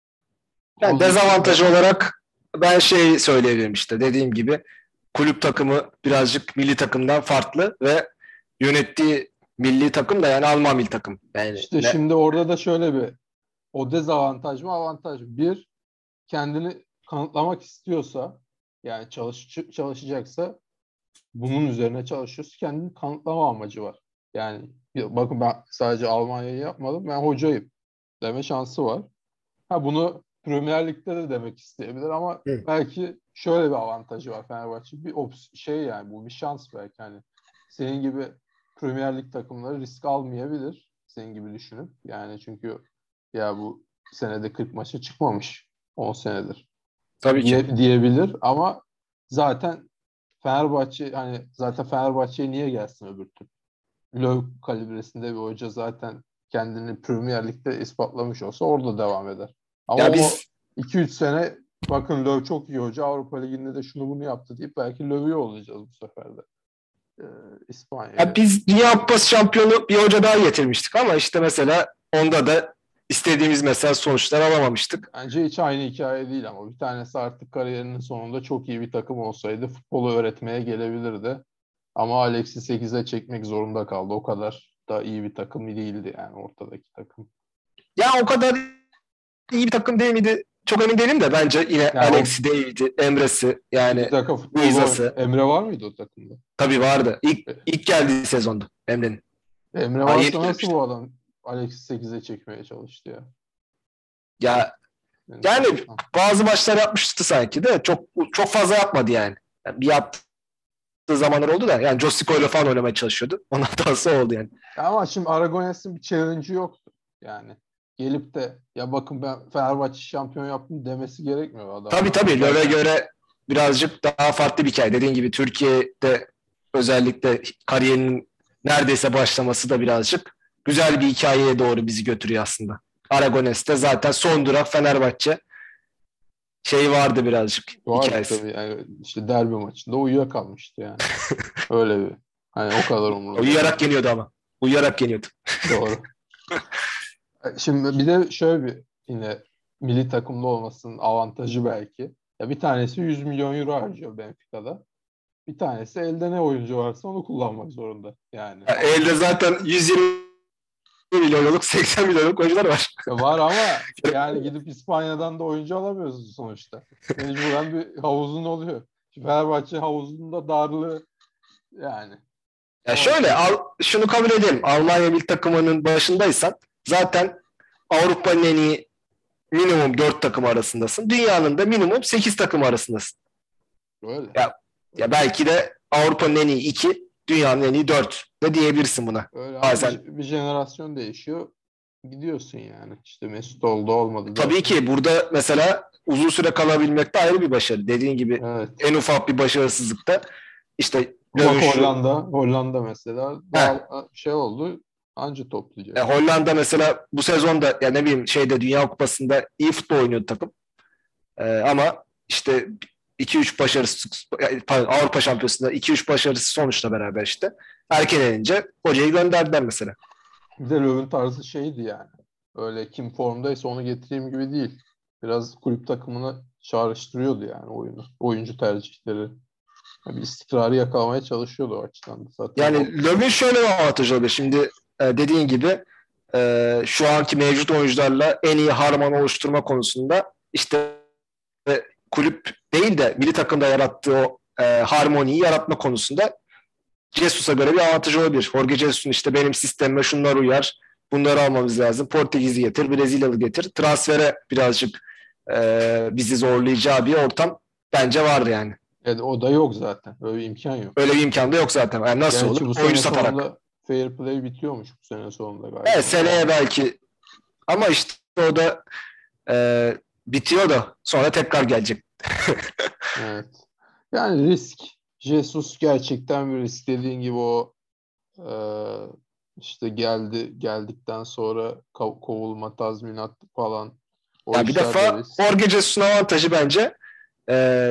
Yani Onun dezavantajı dışında olarak ben şey söyleyebilirim işte dediğim gibi kulüp takımı birazcık milli takımdan farklı ve yönettiği milli takım da yani Alman milli takım. Yani işte ne? şimdi orada da şöyle bir o dezavantaj mı avantaj mı? Bir, kendini kanıtlamak istiyorsa yani çalış çalışacaksa bunun üzerine çalışıyoruz. Kendini kanıtlama amacı var. Yani bakın ben sadece Almanya'yı yapmadım. Ben hocayım deme şansı var. Ha bunu Premier Lig'de de demek isteyebilir ama Hı. belki şöyle bir avantajı var Fenerbahçe. Bir ops şey yani bu bir şans belki hani senin gibi Premier Lig takımları risk almayabilir. Senin gibi düşünüp yani çünkü ya bu senede kırk maça çıkmamış on senedir Tabii ki. diye, diyebilir ama zaten Fenerbahçe hani zaten Fenerbahçe'ye niye gelsin öbür türlü? Löw kalibresinde bir hoca zaten kendini Premier Lig'de ispatlamış olsa orada devam eder. Ama Ya o biz iki üç sene bakın Löw çok iyi hoca Avrupa Ligi'nde de şunu bunu yaptı deyip belki Löw'ü olacağız bu sefer de ee, ya İspanya'ya. biz Dünya Kupası şampiyonu bir hoca daha getirmiştik ama işte mesela onda da istediğimiz mesela sonuçlar alamamıştık. Bence hiç aynı hikaye değil ama bir tanesi artık kariyerinin sonunda çok iyi bir takım olsaydı futbolu öğretmeye gelebilirdi. Ama Alex'i sekize çekmek zorunda kaldı. O kadar da iyi bir takım değildi yani ortadaki takım. Ya o kadar iyi bir takım değil miydi? Çok emin değilim de bence yine Yani o Alex'i değildi, Emre'si iki yani dakika futbolda oynadı. Luisa'sı Emre var mıydı o takımda? tabii vardı. İlk, E, ilk geldiği sezondu Emre'nin. Emre Ha, yeni varsa nasıl gelmişti. bu adam Alex'i sekize çekmeye çalıştı ya? Ya yani Enteresan. bazı maçlar yapmıştı sanki de çok çok fazla yapmadı yani. Yani bir yaptığı zamanlar oldu da yani Josico ile falan oynamaya çalışıyordu. Onun hatası oldu yani. Ya ama şimdi Aragones'in bir challenge'ı yoktu. Yani gelip de ya bakın ben Fenerbahçe şampiyon yaptım demesi gerekmiyor Tabii adamın. tabii Löw'e Zaten göre birazcık daha farklı bir hikaye. Dediğin gibi Türkiye'de özellikle kariyerinin neredeyse başlaması da birazcık güzel bir hikayeye doğru bizi götürüyor aslında. Aragones'te zaten son durak Fenerbahçe şey vardı birazcık vardı hikayesi. tabii yani işte derbi maçında uyuyakalmıştı yani. Öyle bir. Hani o kadar umurunda değil. Uyuyarak yeniyordu ama. Uyuyarak yeniyordu. Doğru. Şimdi bir de şöyle bir yine milli takımda olmasının avantajı belki. Ya bir tanesi yüz milyon euro harcıyor Benfica'da. Bir tanesi elde ne oyuncu varsa onu kullanmak zorunda. Yani Ya elde zaten yüz yirmi milyonluk seksen milyonluk oyuncular var. ya var ama yani gidip İspanya'dan da oyuncu alamıyorsun sonuçta. Mecburen bir havuzun oluyor. Şimdi Fenerbahçe havuzunda darlığı yani. Ya O şöyle açıdan al, şunu kabul edelim. Almanya milli takımının başındaysan zaten Avrupa'nın en iyi minimum dört takım arasındasın. Dünyanın da minimum sekiz takım arasındasın. öyle. Ya, ya Öyle. belki de Avrupa'nın en iyi iki, dünyanın en iyi dört de diyebilirsin buna. Öyle ama Bazen bir, bir jenerasyon değişiyor. Gidiyorsun yani. İşte Mesut oldu olmadı tabii dersin. ki burada mesela uzun süre kalabilmek de ayrı bir başarı. Dediğin gibi Evet. en ufak bir başarısızlıkta işte Bak Löw'ün şu Hollanda, Hollanda mesela heh, daha şey oldu. Anca e, toplayacak. Hollanda mesela bu sezonda ya ne bileyim şeyde Dünya Kupası'nda iyi futbol oynuyordu takım. E, ama işte iki üç başarısız pardon, Avrupa Şampiyonası'nda iki üç başarısız sonuçla beraber işte erken elince hocayı gönderdiler mesela. Bir de Löw'ün tarzı şeydi yani. Öyle kim formdaysa onu getireyim gibi değil. Biraz kulüp takımını çağrıştırıyordu yani oyunu. Oyuncu tercihleri. Bir istikrarı yakalamaya çalışıyordu o açıdan da. Zaten o Yani Löw'ün şöyle bir avantajı oluyor. Şimdi e, dediğin gibi e, şu anki mevcut oyuncularla en iyi harman oluşturma konusunda işte e, kulüp değil de milli takımda yarattığı o e, harmoniyi yaratma konusunda Jesus'a göre bir avantajı olabilir. Jorge Jesus'un işte benim sistemime şunlar uyar. Bunları almamız lazım. Portekizli getir, Brezilyalı getir. Transfere birazcık e, bizi zorlayacağı bir ortam bence var yani. Yani o da yok zaten. Öyle bir imkan yok. Öyle bir imkan da yok zaten. Yani nasıl Gerçi olur? bu sene Oyuncu satarak. sonunda fair play bitiyormuş bu sene sonunda galiba. Evet, seneye belki. Ama işte o da e, bitiyor da sonra tekrar gelecek. Evet. Yani risk. Jesus gerçekten bir risk. Dediğin gibi o e, işte geldi geldikten sonra kov- kovulma, tazminat falan o Ya bir işler de defa risk. Jorge Jesus'un avantajı bence e,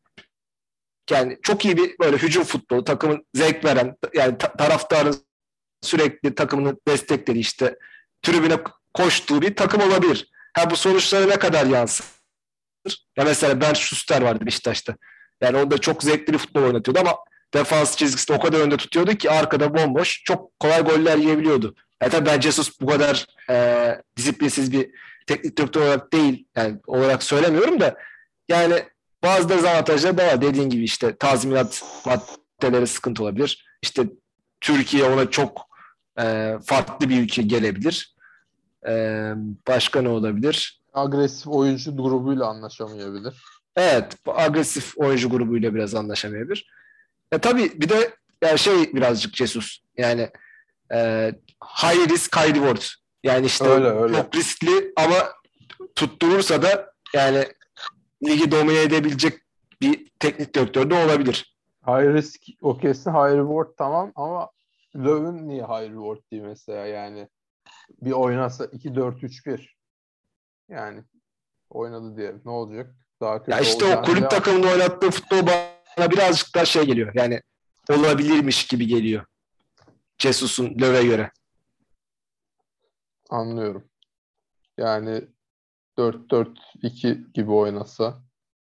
yani çok iyi bir böyle hücum futbolu, takımın zevk veren, yani ta- taraftarın sürekli takımını desteklediği, işte tribüne koştuğu bir takım olabilir. Ha, bu sonuçlara ne kadar yansır? Ya mesela Bernd Schuster vardı Beşiktaş'ta. Yani onda çok zevkli bir futbol oynatıyordu ama defans çizgisinde o kadar önde tutuyordu ki arkada bomboş, çok kolay goller yiyebiliyordu. Yani tabii ben Jesus bu kadar e, disiplinsiz bir teknik direktör olarak değil, yani olarak söylemiyorum da yani bazı dezavantajları da var. Dediğin gibi işte tazminat maddeleri sıkıntı olabilir. İşte Türkiye ona çok e, farklı bir ülke gelebilir. E, Başka ne olabilir? Agresif oyuncu grubuyla anlaşamayabilir. Evet, agresif oyuncu grubuyla biraz anlaşamayabilir. E, tabii bir de yani şey birazcık Jesus. Yani e, high risk, high reward. Yani işte Öyle öyle. çok riskli ama tutturursa da yani ligi domine edebilecek bir teknik direktör de olabilir. High risk o kesin, high reward tamam ama Löw'ün niye high reward değil mesela, yani bir oynasa iki dört üç bir, yani oynadı diyelim, ne olacak? Daha Ya kötü işte o olacağını kulüp bilemem. takımında oynattığı futbol bana birazcık daha şey geliyor. Yani olabilirmiş gibi geliyor. Jesus'un Löw'e göre. Anlıyorum. Yani dört dört iki gibi oynasa,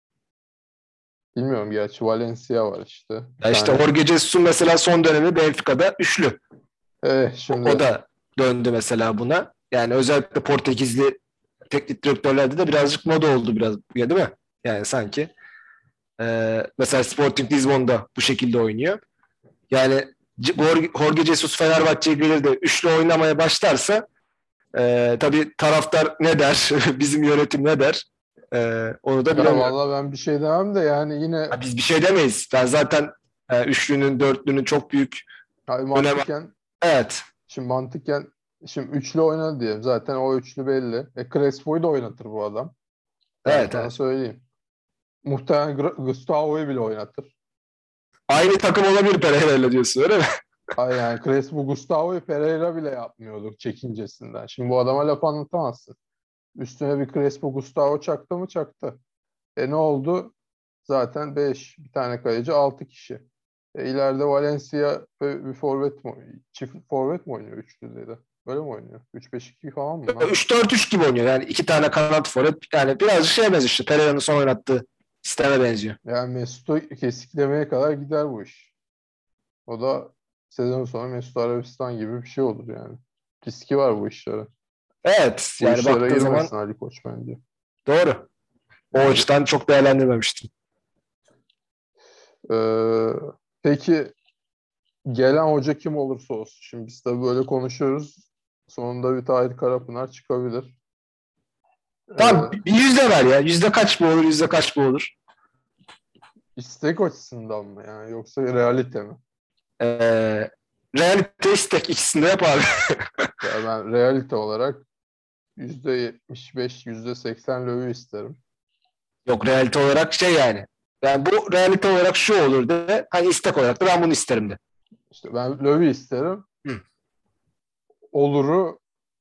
bilmiyorum, gerçi Valencia var işte. Bir Ya işte tane Jorge Jesus'un mesela son dönemi Benfica'da üçlü. eh O şimdi da döndü mesela buna. Yani özellikle Portekizli teknik direktörlerde de birazcık moda oldu biraz, ya değil mi? Yani sanki. Ee, mesela Sporting Lisbon'da bu şekilde oynuyor. Yani Jorge Jesus Fenerbahçe'ye gelir de üçlü oynamaya başlarsa e, tabii taraftar ne der? Bizim yönetim ne der? E, onu da ya bilemiyorum. vallahi ben bir şey demem de, yani yine Ha, biz bir şey demeyiz. Ben zaten e, üçlünün, dörtlünün çok büyük hani önemi. mantıken Evet. şimdi mantıken şimdi üçlü oynadı diyelim. Zaten o üçlü belli. E Crespo'yu da oynatır bu adam. Ben Evet, sana evet. söyleyeyim. Muhtemelen Gra- Gustavo'yu bile oynatır. Aynı takım olabilir Pereira'yla diyorsun, öyle mi? Ay yani Crespo Gustavo'yu Pereira bile yapmıyordu çekincesinden. Şimdi bu adama laf anlatamazsın. Üstüne bir Crespo Gustavo çaktı mı çaktı. E ne oldu? Zaten beş, bir tane kaleci, altı kişi. E ileride Valencia ve bir forvet mi oynuyor? Çift forvet mi oynuyor üçlüde de? Böyle mi oynuyor? üç beş iki falan mı? Ne yapıyor? üç dört üç gibi oynuyor. Yani iki tane kanat forvet. Yani birazcık şeye benziyor işte. Pereira'nın son oynattığı sisteme benziyor. Yani Mesut'u kesiklemeye kadar gider bu iş. O da sezon sonu Mesut Arabistan gibi bir şey olur yani. Riski var bu işlere. Evet. Bu Yani işlere baktığın zaman girmesin Ali Koç bence. doğru. O Yani açıdan çok değerlendirmemiştim. eee, peki gelen hoca kim olursa olsun. Şimdi biz tabii böyle konuşuyoruz. Sonunda bir Tahir Karapınar çıkabilir. Tamam, Eee bir yüzde ver ya. Yüzde kaç bu olur, yüzde kaç bu olur? istek açısından mı yani, yoksa realite mi? Ee, Realite istek, ikisini de yap abi. Ya ben realite olarak yüzde yetmiş beş, yüzde seksen Löw'ü isterim. Yok, realite olarak şey yani. Yani bu realite olarak şu olur de. Hani istek olarak da ben bunu isterim de. İşte ben Löw'ü isterim. Hı. Oluru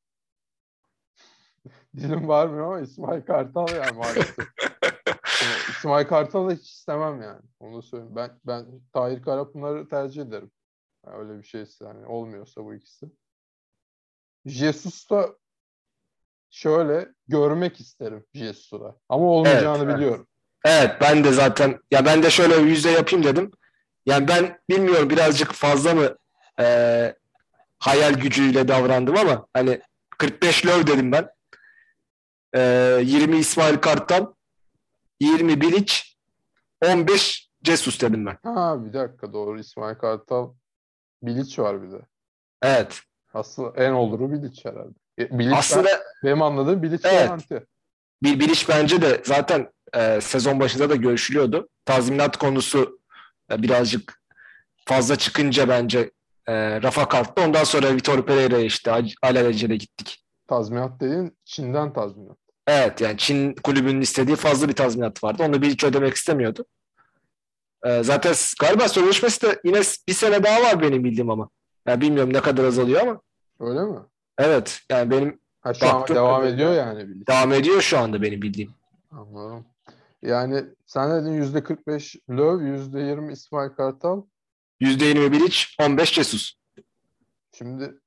dilim varmıyor ama İsmail Kartal yani, maalesef. Şimdi İsmail Kartal'ı hiç istemem yani. Onu söyleyeyim. Ben ben Tahir Karapınar'ı tercih ederim. Yani öyle bir şeyse, yani olmuyorsa bu ikisi. Jesus da şöyle görmek isterim Jesus'u da. Ama Evet. olmayacağını biliyorum. Evet, ben de zaten ya ben de şöyle yüzde yapayım dedim. Yani ben bilmiyorum, birazcık fazla mı e, hayal gücüyle davrandım ama hani kırk beş löv dedim ben. E, yirmi İsmail Kartal, yirmi Bilic, on beş Jesus dedim ben. Ha bir dakika, doğru, İsmail Kartal, Bilic var bir de. Evet. Aslında en oluru Bilic herhalde. E, Bilic Aslında ben, benim anladığım Bilic evet. garanti. Bir Bilic bence de zaten e, sezon başında da görüşülüyordu. Tazminat konusu e, birazcık fazla çıkınca bence e, rafa kalktı. Ondan sonra Vitor Pereira'ya işte ac- alelacele gittik. Tazminat dediğin Çin'den tazminat. Evet, yani Çin kulübünün istediği fazla bir tazminat vardı. Onu Bilic ödemek istemiyordu. E, zaten s- galiba sözleşmesi de yine s- bir sene daha var benim bildiğim ama. Yani bilmiyorum ne kadar azalıyor ama. Öyle mi? Evet, yani benim Ha, şu an baktığım devam kadarıyla ediyor yani Bilic. devam ediyor şu anda benim bildiğim. Anladım. Yani sen dedin yüzde kırk beş Löw, yüzde yirmi İsmail Kartal. yüzde yirmi Bilic, on beş Jesus. Şimdi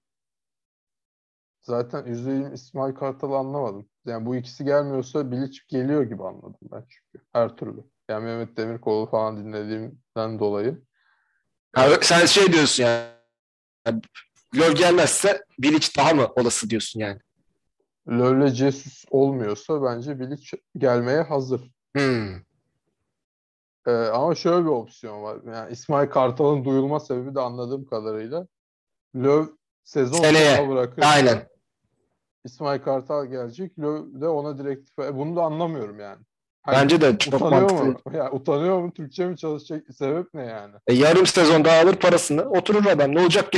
zaten yüzde yirmi İsmail Kartal'ı anlamadım. Yani bu ikisi gelmiyorsa Bilic geliyor gibi anladım ben çünkü. Her türlü. Yani Mehmet Demirkol'u falan dinlediğimden dolayı. Ha, Ee, sen şey diyorsun yani. Yani Löw gelmezse Bilic daha mı olası diyorsun yani? Löw'le Jesus olmuyorsa bence Bilic gelmeye hazır. Hmm. Ee, ama şöyle bir opsiyon var. Yani İsmail Kartal'ın duyulma sebebi de anladığım kadarıyla Löw sezon sonuna Seneye. bırakırsa Aynen. İsmail Kartal gelecek. Löw de ona direktif. E, bunu da anlamıyorum yani. Hani Bence de çok utanıyor mantıklı. mu? Ya utanıyor mu? Türkçe mi çalışacak? Sebep ne yani? E, yarım sezon daha alır parasını. Oturur adam. Ne olacak ki?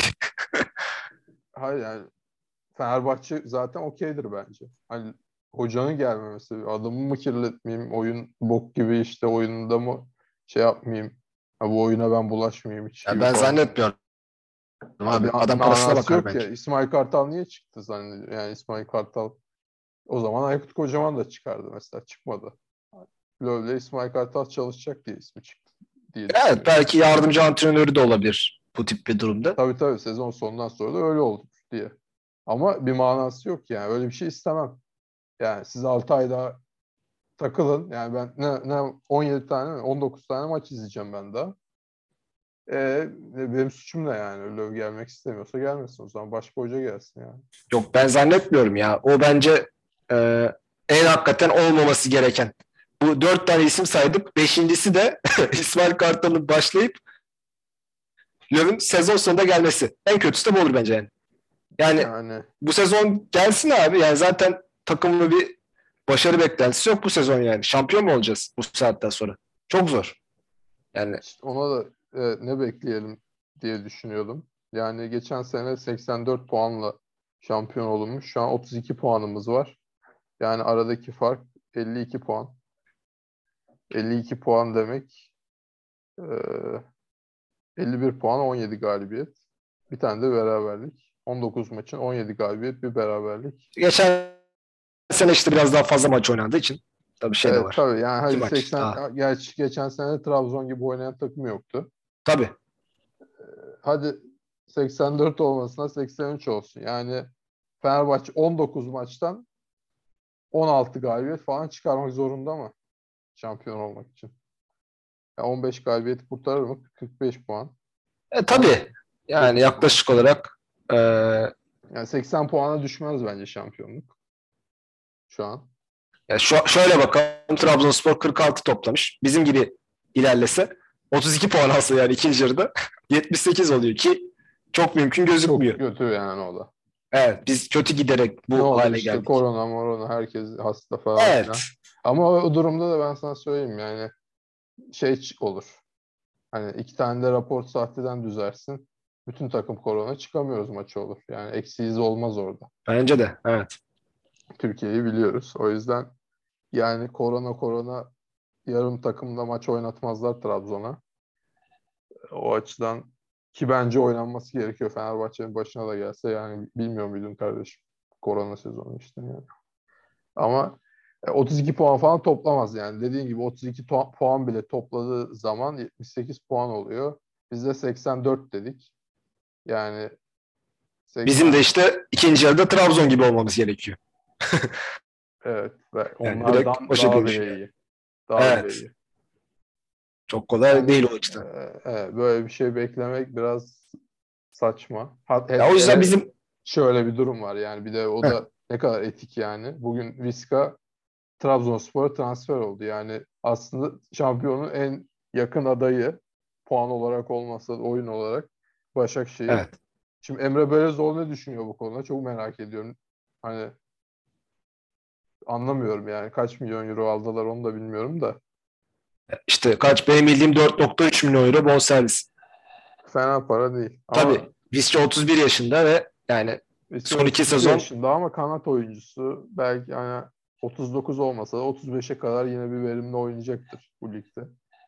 Hayır yani Fenerbahçe zaten okeydir bence. Hani hocanın gelmemesi, adamı mı kirletmeyeyim, oyun bok gibi işte oyununda mı şey yapmayayım, ha, bu oyuna ben bulaşmayayım hiç Ya gibi ben falan. zannetmiyorum Ya abi. bir Adam parasına manası bakar yok ya. bence. İsmail Kartal niye çıktı zannediyor? Yani İsmail Kartal o zaman Aykut Kocaman da çıkardı mesela. Çıkmadı. Löw'le İsmail Kartal çalışacak diye ismi çıktı diye Evet, düşünüyorum. belki yardımcı antrenörü de olabilir bu tip bir durumda. Tabii tabii sezon sonundan sonra da öyle olur diye. Ama bir manası yok yani. Öyle bir şey istemem. Yani siz altı ay daha takılın. Yani ben ne, ne on yedi tane mi on dokuz tane maç izleyeceğim ben daha. E, benim suçum ne yani? Löw gelmek istemiyorsa gelmesin. O zaman başka hoca gelsin yani. Yok, ben zannetmiyorum ya. O bence e, en hakikaten olmaması gereken. Bu dört tane isim saydık. Beşincisi de İsmail Kartal'ın başlayıp Löw'ün sezon sonunda gelmesi. En kötüsü de bu olur bence yani. Yani Yani bu sezon gelsin abi. Yani zaten takımlı bir başarı beklentisi yok bu sezon yani. Şampiyon mu olacağız bu saatten sonra? Çok zor. Yani işte ona da e, ne bekleyelim diye düşünüyordum. Yani geçen sene seksen dört puanla şampiyon olunmuş. Şu an otuz iki puanımız var. Yani aradaki fark elli iki puan. elli iki puan demek e, elli bir puan, on yedi galibiyet. Bir tane de beraberlik. on dokuz maçın on yedi galibiyet, bir beraberlik. geçen sene işte biraz daha fazla maç oynandığı için tabii şey de Evet var. tabii yani İki hadi maç seksen daha. gerçi geçen sene Trabzon gibi oynayan takım yoktu. Tabii. Hadi seksen dört olmasına seksen üç olsun. Yani Fenerbahçe on dokuz maçtan on altı galibiyet falan çıkarmak zorunda mı şampiyon olmak için? Yani on beş galibiyeti kurtarır mı? kırk beş puan. E, On, tabii. Yani yaklaşık olarak e, yani seksen puana düşmez bence şampiyonluk şu an. ya şu, şöyle bakalım. Trabzonspor kırk altı toplamış. Bizim gibi ilerlese otuz iki puan alsa yani ikinci yarıda yetmiş sekiz oluyor ki çok mümkün Çok gözükmüyor. kötü yani o da. Evet, biz kötü giderek Ne bu olur hale işte geldik. korona morona herkes hasta falan Evet. filan. Ama o, o durumda da ben sana söyleyeyim yani şey ç- olur. Hani iki tane de rapor sahteden düzersin. Bütün takım korona çıkamıyoruz maçı olur. Yani eksiğiz olmaz orada. Bence de. Evet. Türkiye'yi biliyoruz. O yüzden yani korona korona yarım takımda maç oynatmazlar Trabzon'a. O açıdan ki bence oynanması gerekiyor. Fenerbahçe'nin başına da gelse yani bilmiyor muydun kardeşim? Korona sezonu işte yani. Ama e, otuz iki puan falan toplamaz yani. Dediğin gibi otuz iki to- puan bile topladığı zaman yetmiş sekiz puan oluyor. Biz de seksen dört dedik. Yani Bizim de seksen işte ikinci yarıda Trabzon gibi olmamız gerekiyor. evet ve Yani direkt o onlardan daha şekilde bile düşünüyorum. iyi. Daha bile Evet. iyi. Çok kolay Yani değil o e, açıdan. evet, böyle bir şey beklemek biraz saçma. Ha- Ya o he- yüzden Hele bizim şöyle bir durum var yani bir de o heh, da ne kadar etik yani. Bugün Viska Trabzonspor'a transfer oldu. Yani aslında şampiyonun en yakın adayı puan olarak olmasa da oyun olarak Başakşehir. evet. Şimdi Emre Belezoğlu ne düşünüyor bu konuda? Çok merak ediyorum. Hani anlamıyorum yani. Kaç milyon euro aldılar onu da bilmiyorum da. İşte kaç benim bildiğim dört nokta üç milyon euro bonservis. Fena para değil. Ama Tabii Visca otuz bir yaşında ve yani Visca son iki otuz iki sezon yaşında ama kanat oyuncusu. Belki hani otuz dokuz olmasa da otuz beşe kadar yine bir verimli oynayacaktır bu ligde.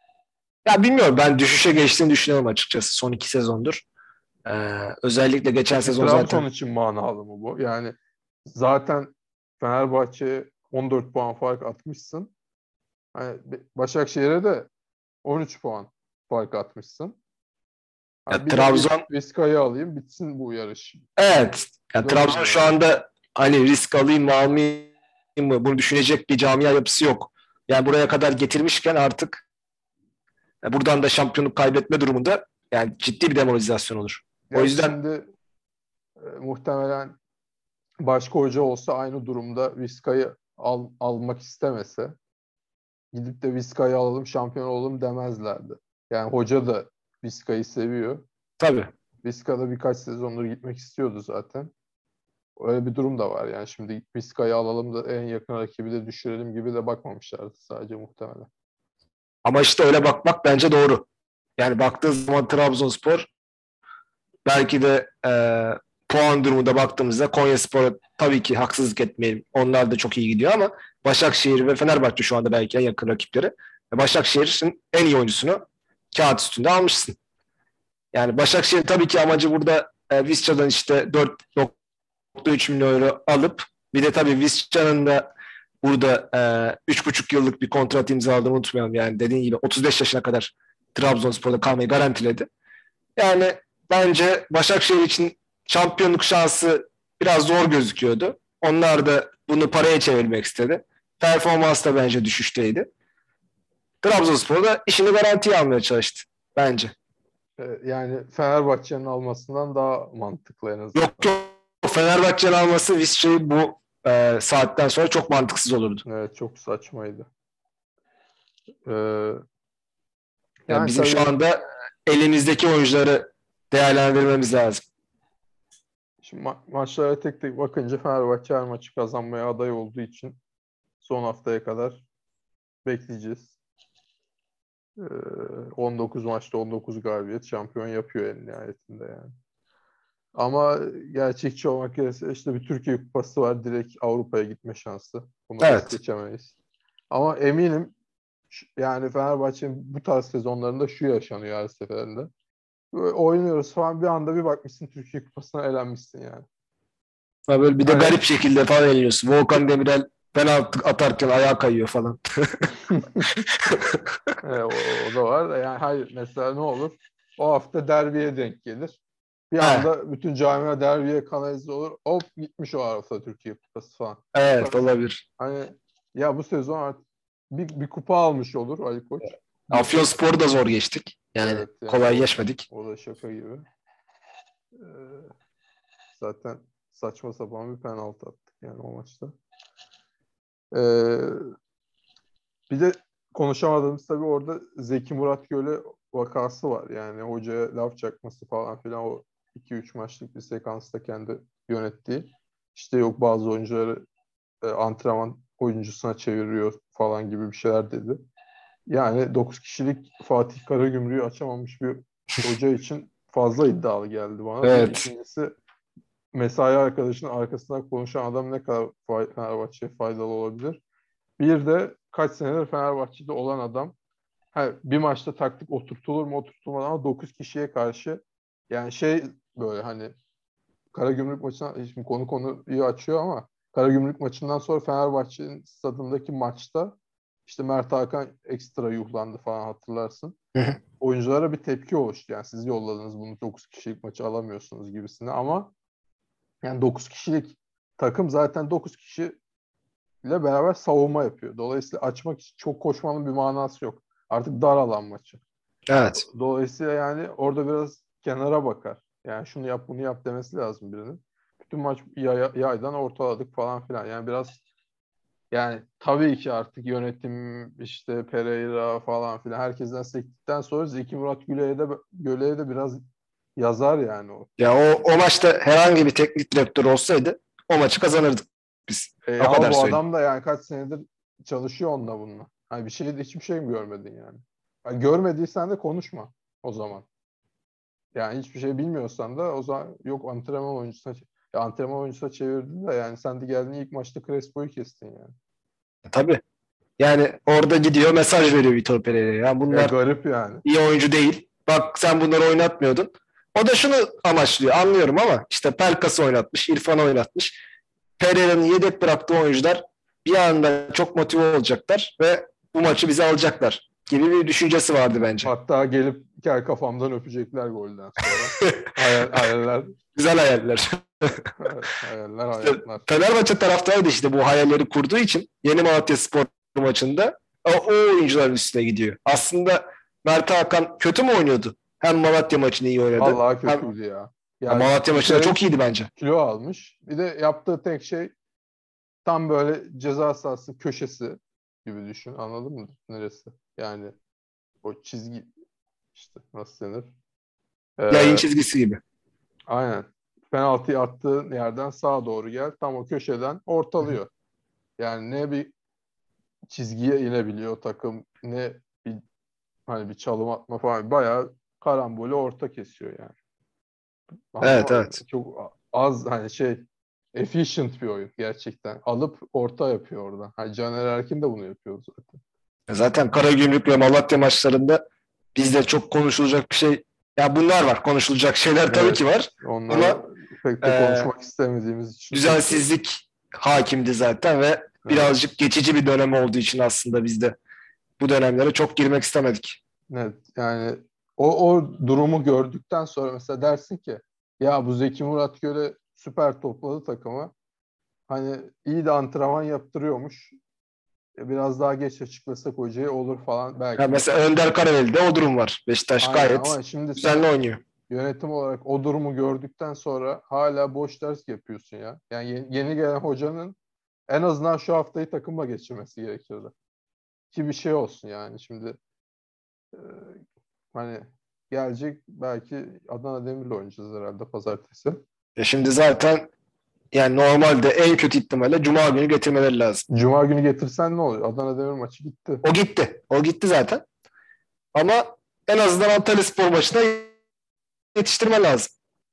ya bilmiyorum ben düşüşe geçtiğini düşünüyorum açıkçası son iki sezondur. Ee, özellikle geçen Peki sezon Trabzon zaten için manalı mı bu? Yani zaten Fenerbahçe'ye on dört puan fark atmışsın. Hani Başakşehir'e de on üç puan fark atmışsın. ya Ha bir de Vis- Trabzon Vizca'yı alayım bitsin bu yarış. evet yani Dört Trabzon şu numaralı. anda hani risk alayım mı almayayım mı bunu düşünecek bir camia yapısı yok. Yani buraya kadar getirmişken artık e, buradan da şampiyonluk kaybetme durumunda yani ciddi bir demoralizasyon olur. O Gerçi yüzden şimdi e, muhtemelen başka hoca olsa aynı durumda Vizca'yı al, almak istemese gidip de Vizca'yı alalım şampiyon olalım demezlerdi. Yani hoca da Vizca'yı seviyor. tabii Vizca'da birkaç sezondur gitmek istiyordu zaten. Öyle bir durum da var. Yani şimdi Vizca'yı alalım da en yakın rakibi de düşürelim gibi de bakmamışlardı sadece muhtemelen. ama işte öyle bakmak bence doğru. Yani baktığı zaman Trabzonspor belki de e, puan durumunda baktığımızda Konyaspor'a tabii ki haksızlık etmeyelim. Onlar da çok iyi gidiyor ama Başakşehir ve Fenerbahçe şu anda belki en yakın rakipleri. Başakşehir'in en iyi oyuncusunu kağıt üstünde almışsın. Yani Başakşehir tabii ki amacı burada e, Visca'dan işte dört nokta üç milyon euro alıp bir de tabii Visca'nın da burada e, üç buçuk yıllık bir kontrat imzaladığını unutmayalım. Yani dediğin gibi otuz beş yaşına kadar Trabzonspor'da kalmayı garantiledi. Yani bence Başakşehir için şampiyonluk şansı biraz zor gözüküyordu. Onlar da bunu paraya çevirmek istedi. Performans da bence düşüşteydi. Trabzonspor da işini garantiye almaya çalıştı bence. Ee, Yani Fenerbahçe'nin almasından daha mantıklı en azından. Yok yok Fenerbahçe'nin alması Visca'yı bu e, saatten sonra çok mantıksız olurdu. Evet çok saçmaydı. Ee, Yani Yani bizim şu tabii anda elimizdeki oyuncuları değerlendirmemiz lazım. şimdi ma- maçlara tek tek bakınca Fenerbahçe her maçı kazanmaya aday olduğu için son haftaya kadar bekleyeceğiz. Ee, on dokuz maçta on dokuz galibiyet şampiyon yapıyor en nihayetinde yani. Ama gerçekçi olmak gerekirse işte bir Türkiye Kupası var. Direkt Avrupa'ya gitme şansı. Bunu es Evet. geçemeyiz. Ama eminim ş- yani Fenerbahçe'nin bu tarz sezonlarında şu yaşanıyor her seferinde. Böyle oynuyoruz falan bir anda bir bakmışsın Türkiye Kupası'na elenmişsin yani. Ha böyle bir de Hani garip şekilde falan eliyorsun. Volkan Demirel penaltı atarken ayağa kayıyor falan. e, o, o da var da yani hayır mesela ne olur? O hafta derbiye denk gelir. Bir He, anda bütün camia derbiye kanalize olur. Hop gitmiş o hafta Türkiye Kupası falan. Bu evet tarz olabilir. hani ya bu sezon artık bir, bir kupa almış olur Ali Koç. Bir, Afyonspor'u da zor geçtik. Yani evet yani kolay o, geçmedik. o da şaka gibi. Ee, Zaten saçma sapan bir penaltı attık yani o maçta. Ee, Bir de konuşamadığımız tabii orada Zeki Murat Göle vakası var. Yani hocaya laf çakması falan filan o iki üç maçlık bir sekansta kendi yönettiği. İşte yok bazı oyuncuları e, antrenman oyuncusuna çeviriyor falan gibi bir şeyler dedi. Yani dokuz kişilik Fatih Karagümrük'ü açamamış bir hoca için fazla iddialı geldi bana. Bir Evet. ikincisi mesai arkadaşının arkasından konuşan adam ne kadar fay- Fenerbahçe'ye faydalı olabilir? Bir de kaç senedir Fenerbahçe'de olan adam. Ha, bir maçta taktik oturtulur mu oturtulmaz ama dokuz kişiye karşı yani şey böyle hani Karagümrük maçına şimdi konu konuyu açıyor ama Karagümrük maçından sonra Fenerbahçe'nin stadındaki maçta işte Mert Hakan ekstra yuhlandı falan hatırlarsın. Oyunculara bir tepki oluştu. Yani siz yolladınız bunu dokuz kişilik maçı alamıyorsunuz gibisine ama yani dokuz kişilik takım zaten dokuz kişi ile beraber savunma yapıyor. Dolayısıyla açmak için çok koşmanın bir manası yok. Artık dar alan maçı. Evet. Dolayısıyla yani orada biraz kenara bakar. Yani şunu yap bunu yap demesi lazım birinin. Bütün maç yay, yaydan ortaladık falan filan. Yani biraz yani tabii ki artık yönetim işte Pereira falan filan herkesten sektikten sonra Zeki Murat Güle'ye de Göle'ye de biraz Yazar yani o. Ya o, o maçta herhangi bir teknik direktör olsaydı o maçı kazanırdık biz. E, O ama kadar bu söyleyeyim. adam da yani kaç senedir çalışıyor onunla bununla. Hani bir şey hiçbir şey mi görmedin yani? Yani görmediysen de konuşma o zaman. Yani hiçbir şey bilmiyorsan da o zaman yok antrenman oyuncusuna ya antrenman oyuncusuna çevirdin de yani sen de geldin ilk maçta Crespo'yu kestin yani. Tabii. Yani orada gidiyor mesaj veriyor Vitor Pereira'ya. Ya Ya bunlar garip yani. iyi oyuncu değil. Bak sen bunları oynatmıyordun. O da şunu amaçlıyor. Anlıyorum ama işte Pelkas'ı oynatmış, İrfan'ı oynatmış. Pereira'nın yedek bıraktığı oyuncular bir anda çok motive olacaklar ve bu maçı bize alacaklar gibi bir düşüncesi vardı bence. Hatta gelip kel kafamdan öpecekler golden sonra. Hayal, hayaller. Güzel hayaller. Evet, hayaller, İşte hayatlar. Fenerbahçe taraftarı da işte bu hayalleri kurduğu için Yeni Malatyaspor maçında o, o oyuncuların üstüne gidiyor. Aslında Mert Hakan kötü mü oynuyordu? Hem Malatya maçını iyi oynadı. Vallahi Hem kötüydü ya. ya Yani Malatya bir maçında kere çok iyiydi bence. kilo almış. Bir de yaptığı tek şey tam böyle ceza sahası köşesi gibi düşün. Anladın mı? Neresi? Yani o çizgi işte nasıl denir? Yayın Ee, çizgisi gibi. aynen. Penaltıyı attığın yerden sağa doğru gel. Tam o köşeden ortalıyor. Yani ne bir çizgiye inebiliyor takım ne bir hani bir çalım atma falan. Bayağı karambolü orta kesiyor yani. Evet, Ama evet. çok az hani şey efficient bir oyun gerçekten. Alıp orta yapıyor oradan. Hani Caner Erkin de bunu yapıyor zaten. Zaten Karagümrük ve Malatya maçlarında bizde çok konuşulacak bir şey. Ya bunlar var. Konuşulacak şeyler tabii ki Evet. var. Onları Ama pek de e, konuşmak istemediğimiz için seçiyoruz. düzensizlik hakimdi zaten ve Evet. birazcık geçici bir dönem olduğu için aslında biz de bu dönemlere çok girmek istemedik. Evet. Yani o, o durumu gördükten sonra mesela dersin ki ya bu Zeki Murat Göle süper topladı takımı. Hani iyi de antrenman yaptırıyormuş. E, Biraz daha geç açıklasak hocayı olur falan Ya belki. mesela Önder Karaveli'de o durum var. Beşiktaş Aynen gayet ama şimdi düzenli sen oynuyor. yönetim olarak o durumu gördükten sonra hala boş ders yapıyorsun ya. Yani yeni, yeni gelen hocanın en azından şu haftayı takımla geçirmesi gerekiyordu. Ki bir şey olsun yani. Şimdi e, hani gelecek belki Adana Demir'le oynayacağız herhalde pazartesi. E şimdi zaten yani normalde en kötü ihtimalle Cuma günü getirmeleri lazım. Cuma günü getirsen ne oluyor? Adana Demir maçı gitti. O gitti. O gitti zaten. Ama en azından Antalyaspor maçına yetiştirme lazım.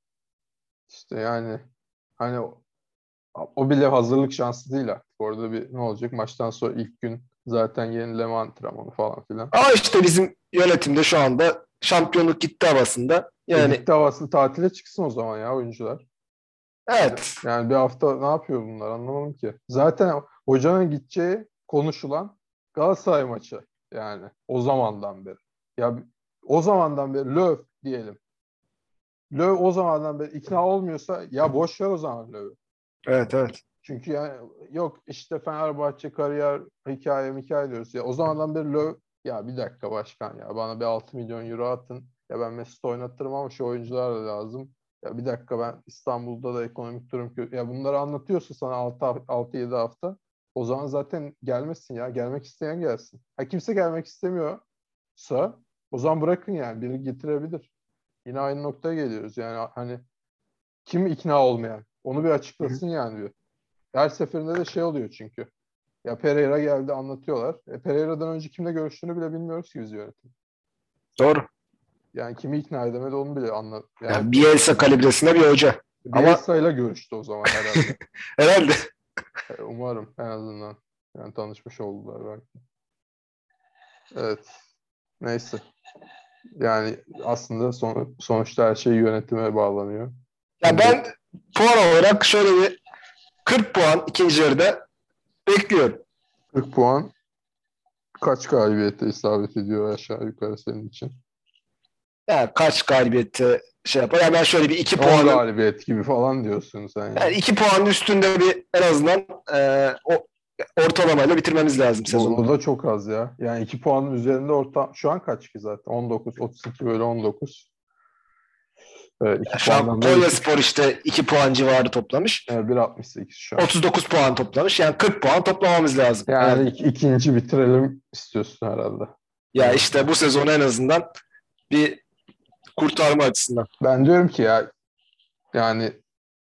İşte yani hani o, o bile hazırlık şansı değil artık. Orada bir ne olacak? Maçtan sonra ilk gün zaten yenileme antrenmanı falan filan. Ama işte bizim yönetimde şu anda şampiyonluk gitti havasında. E Yani gitti havasında tatile çıksın o zaman ya oyuncular. evet. Yani bir hafta ne yapıyor bunlar anlamadım ki. Zaten hocanın gideceği konuşulan Galatasaray maçı yani o zamandan beri. Ya o zamandan beri Löw diyelim. Löw o zamandan beri ikna olmuyorsa ya boş ver o zaman Löw'ü. Evet, evet. Çünkü yani yok işte Fenerbahçe kariyer hikaye hikaye diyoruz. Ya o zamandan beri Löw ya bir dakika başkan ya bana bir altı milyon euro atın. Ya ben Mesut oynatırım ama şu oyuncular da lazım. Ya bir dakika ben İstanbul'da da ekonomik durum kötü. Ya bunları anlatıyorsa sana altı yedi hafta o zaman zaten gelmesin ya. Gelmek isteyen gelsin. Ha kimse gelmek istemiyorsa o zaman bırakın yani. Biri getirebilir. Yine aynı noktaya geliyoruz. Yani hani kim ikna olmayan? Onu bir Hı hı. açıklasın yani bir. Her seferinde de şey oluyor çünkü. Ya Pereira geldi anlatıyorlar. E, Pereira'dan önce kimle görüştüğünü bile bilmiyoruz ki biz yönetim. Doğru. Yani kimi ikna edemedi onu bile anlat. Yani Yani Bielsa kalibresinde bir hoca. Ama Bielsa'yla görüştü o zaman herhalde. herhalde E, Umarım en azından. Yani tanışmış oldular belki. Evet. Neyse. Yani aslında son, sonuçta her şey yönetime bağlanıyor. ya Şimdi ben puan olarak şöyle bir kırk puan ikinci yarıda bekliyorum. kırk puan kaç galibiyete isabet ediyor aşağı yukarı senin için? Yani kaç galibiyette şey yapar. Yani ben şöyle bir iki on puanın galibiyet gibi falan diyorsun sen yani yani. iki puanın üstünde bir en azından e, o ortalamayla bitirmemiz lazım Bu, sezonu. bu da çok az ya. Yani iki puanın üzerinde orta şu an kaç ki zaten? on dokuz, otuz iki bölü on dokuz. Evet, iki Yani şu an puandan da Konyaspor düşük. işte iki puan civarı toplamış. Evet, bir altmış sekiz şu an. otuz dokuz puan toplamış. Yani kırk puan toplamamız lazım. Yani Yani ik- ikinci bitirelim istiyorsun herhalde. ya En işte azından. bu sezon en azından bir kurtarma açısından. Ben diyorum ki ya yani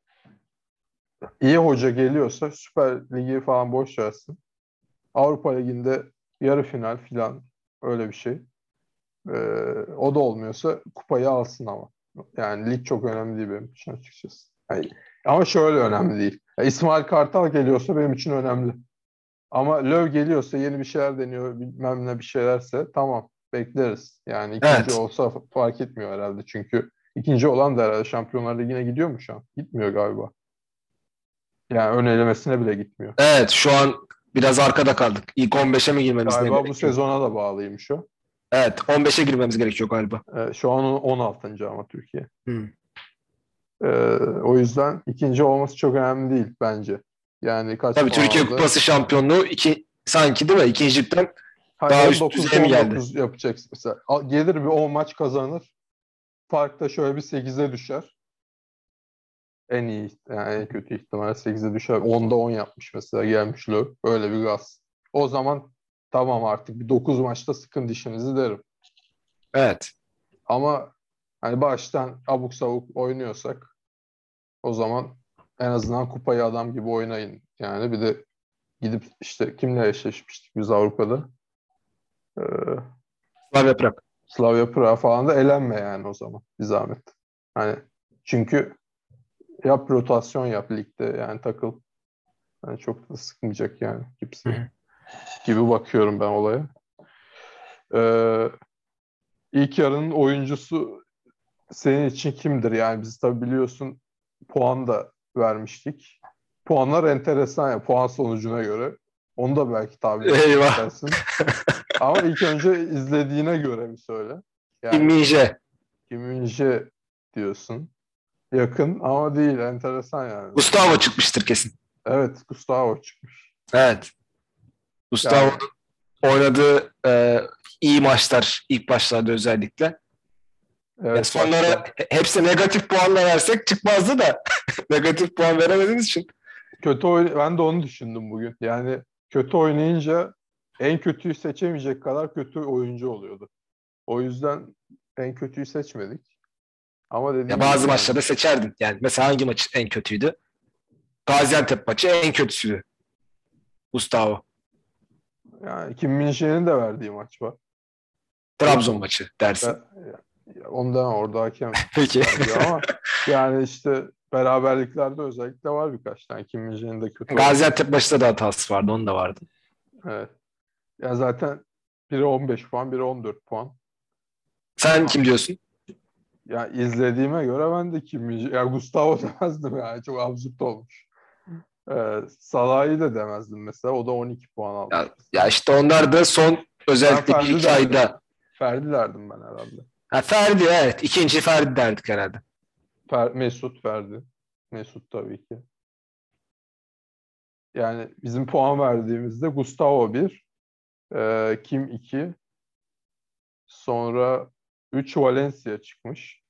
iyi hoca geliyorsa Süper Ligi falan boş versin. Avrupa Ligi'nde yarı final falan öyle bir şey. Ee, o da olmuyorsa kupayı alsın ama. Yani lig çok önemli değil benim için açıkçası. Yani, ama şöyle önemli değil. Ya İsmail Kartal geliyorsa benim için önemli. Ama Löw geliyorsa yeni bir şeyler deniyor bilmem ne bir şeylerse tamam bekleriz. Yani ikinci Evet. olsa fark etmiyor herhalde. Çünkü ikinci olan da herhalde Şampiyonlar Ligi'ne gidiyor mu şu an? Gitmiyor galiba. Yani ön elemesine bile gitmiyor. Evet, şu an biraz arkada kaldık. İlk on beşe mi girmemiz ne Galiba bu gerekiyor? sezona da bağlıymış o. Evet, on beşe girmemiz gerekiyor galiba. Ee, şu an on altıncı ama Türkiye. Hmm. Ee, o yüzden ikinci olması çok önemli değil bence. Yani kaç Tabii puan Türkiye aldı? Kupası şampiyonluğu iki, sanki değil mi? İkincilikten Ha, daha on üst dokuzda düzeye mi on geldi? dokuz yapacaksın mesela. Al- Gelir bir on maç kazanır. Fark da şöyle bir sekize düşer. En iyi yani en kötü ihtimalle sekize düşer. onda on yapmış mesela gelmiş Löw. Öyle bir gaz. O zaman tamam artık bir dokuz maçta sıkın dişinizi derim. Evet. Ama hani baştan abuk sabuk oynuyorsak o zaman en azından kupayı adam gibi oynayın. Yani bir de gidip işte kimle eşleşmiştik biz Avrupa'da? Ee, Slavia Prag. Slavia Prag falan da elenme yani o zaman bir zahmet. Hani çünkü yap rotasyon yap ligde yani takıl. Yani çok da sıkmayacak yani Hı kimse hı. gibi bakıyorum ben olaya. Ee, ilk yarının oyuncusu senin için kimdir? Yani biz tabii biliyorsun puan da vermiştik. Puanlar enteresan ya puan sonucuna göre. Onu da belki tahmin etmek Eyvah. istersin. Ama ilk önce izlediğine göre bir söyle. Kim Yani Min-jae. Kim Min-jae diyorsun. Yakın ama değil. Enteresan yani. Gustavo çıkmıştır kesin. Evet, Gustavo çıkmış. Evet. Gustavo'nun Yani oynadığı e, iyi maçlar ilk başlarda özellikle. Ya evet sonlara başta hepsi negatif puanla versek çıkmazdı da negatif puan veremediğimiz için. kötü oyn ben de onu düşündüm bugün. Yani kötü oynayınca en kötüyü seçemeyecek kadar kötü oyuncu oluyordu. O yüzden en kötüyü seçmedik. Ama Ya dediğin gibi bazı yani. maçlarda seçerdin. Yani mesela hangi maç en kötüydü? Gaziantep maçı en kötüsüydü. Gustavo. Yani Kim Min-jae'nin de verdiği maç var. Trabzon Kötü. maçı Ve, dersin. ya ondan orada hakem Peki. verdi ama yani işte beraberliklerde özellikle var birkaç tane. Kim Min-jae'nin de kötü oynadı. Gaziantep maçında da hatası vardı. Onun da vardı. Evet. Ya zaten biri on beş puan, biri on dört puan. Sen kim diyorsun? Ya izlediğime göre ben de Kim Min-jae, ya Gustavo demezdim yani çok absürt olmuş. Ee, Salah'ı da demezdim mesela. O da on iki puan almış Ya, ya mesela. işte onlar da son Ben özellikle bir Ferdi iki derdim. ayda. Ferdi derdim ben herhalde. Ha, Ferdi evet. İkinci Ferdi derdik herhalde. Fer Mesut Ferdi. Mesut tabii ki. Yani bizim puan verdiğimizde Gustavo bir, e, Kim iki, sonra üç Valencia çıkmış.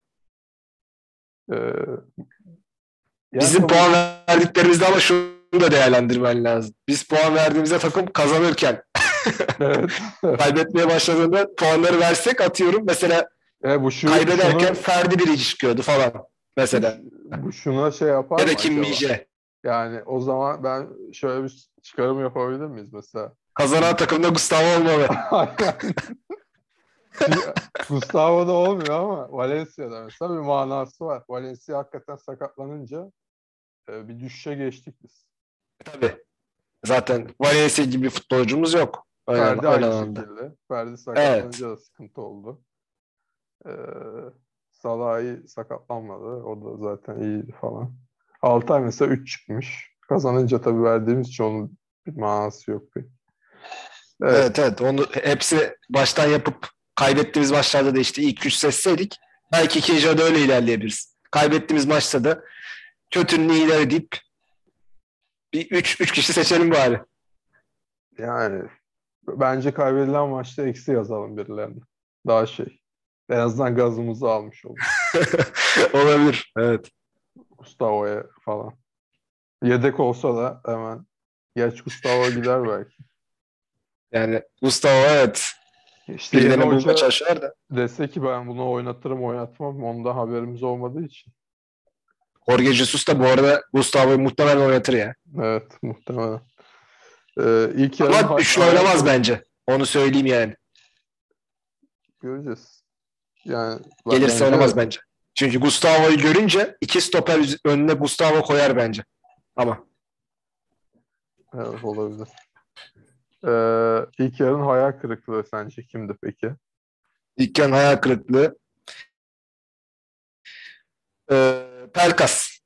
E, yani Bizim tabii puan verdiklerimizde ama şunu da değerlendirmen lazım. Biz puan verdiğimizde takım kazanırken evet. kaybetmeye başladığında puanları versek atıyorum. Mesela E, bu şu kaybederken şunu Ferdi birinci çıkıyordu falan. bu, Mesela. bu şuna şey yapar Ya da mı Kim acaba? Min-jae. Yani o zaman ben şöyle bir çıkarım yapabilir miyiz mesela? Kazanan takımda Gustavo olmalı. Aynen. Çünkü Gustavo'da olmuyor ama Valencia'da mesela bir manası var. Valencia hakikaten sakatlanınca e, bir düşüşe geçtik biz. Tabii. Zaten Valencia gibi bir futbolcumuz yok. Öyle, Ferdi öyle aynı alanda. şekilde. Ferdi Evet. sakatlanınca da sıkıntı oldu. Ee, Salah'ı sakatlanmadı. O da zaten iyiydi falan. Altay mesela üç çıkmış. Kazanınca tabii verdiğimiz için onun bir manası yok pek. Evet Evet. evet. Onu hepsi baştan yapıp kaybettiğimiz maçlarda da işte ilk üç seçseydik belki ikinci yarıda öyle ilerleyebiliriz. Kaybettiğimiz maçta da kötünün iyileri deyip bir üç üç kişi seçelim bari. Yani bence kaybedilen maçta eksi yazalım birilerine. Daha şey. En azından gazımızı almış oluruz. Olabilir. Evet. Gustavo'ya falan. Yedek olsa da hemen. Geç Gustavo gider belki. Yani Gustavo evet. İşte yeni Birilerine bulmaya hoca çalışıyorlar da. dese ki ben bunu oynatırım oynatmam ondan haberimiz olmadığı için. Jorge Jesus da bu arada Gustavo'yu muhtemelen oynatır ya. Evet muhtemelen. Ee, ilk yarının Ama hay- üçlü hayal oynamaz kırık- bence. Onu söyleyeyim yani. göreceğiz. Yani ben- Gelirse bence oynamaz bence. Çünkü Gustavo'yu görünce iki stoper üz- önüne Gustavo koyar bence. Ama evet, olabilir. Ee, ilk yarının hayal kırıklığı sence kimdi peki? ilk yarın hayal kırıklığı. Ee, Pelkas.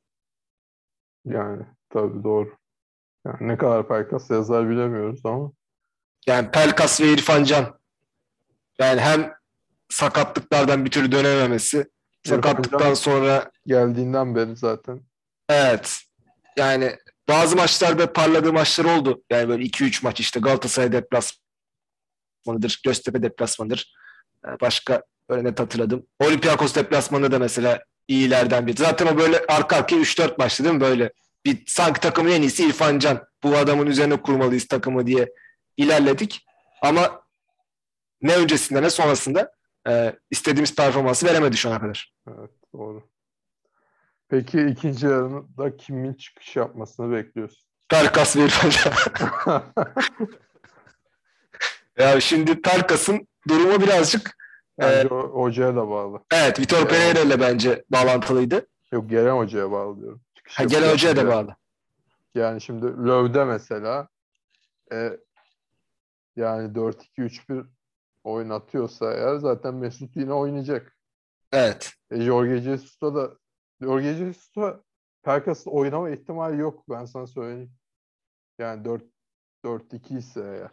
Yani tabii doğru. Yani ne kadar Pelkas yazar bilemiyoruz ama Yani Pelkas ve İrfan Can. Yani hem sakatlıklardan bir türlü dönememesi. İrfan Sakatlıktan Can sonra geldiğinden beri zaten evet. Yani bazı maçlarda parladığı maçlar oldu. Yani böyle iki üç maç işte Galatasaray deplasmanıdır, Göztepe deplasmanıdır. Ee, Başka öyle net hatırladım. Olympiakos deplasmanı da mesela iyilerden biri. Zaten o böyle arka arkaya üç dört maçtı değil mi? Böyle bir sanki takımın en iyisi İrfan Can. Bu adamın üzerine kurmalıyız takımı diye ilerledik. Ama ne öncesinde ne sonrasında e, istediğimiz performansı veremedi şu ana kadar. evet doğru. Peki ikinci yarında kimin çıkış yapmasını bekliyorsun? Pelkas ve İrfan Can. Ya şimdi Pelkas'ın durumu birazcık Bence o hocaya da bağlı. evet Vitor Yani- Pereira ile bence bağlantılıydı. Yok gelen hocaya bağlı diyorum. Çıkış Ha, gelen yapacak hocaya da hoca. bağlı. Yani şimdi Löw'de mesela e, yani dört iki üç bir oynatıyorsa eğer zaten Mesut yine oynayacak. Evet. E, Jorge Jesus'ta da Jorge Jesus'ta Pelkas'ın oynama ihtimali yok ben sana söyleyeyim. Yani dört dört iki ise eğer.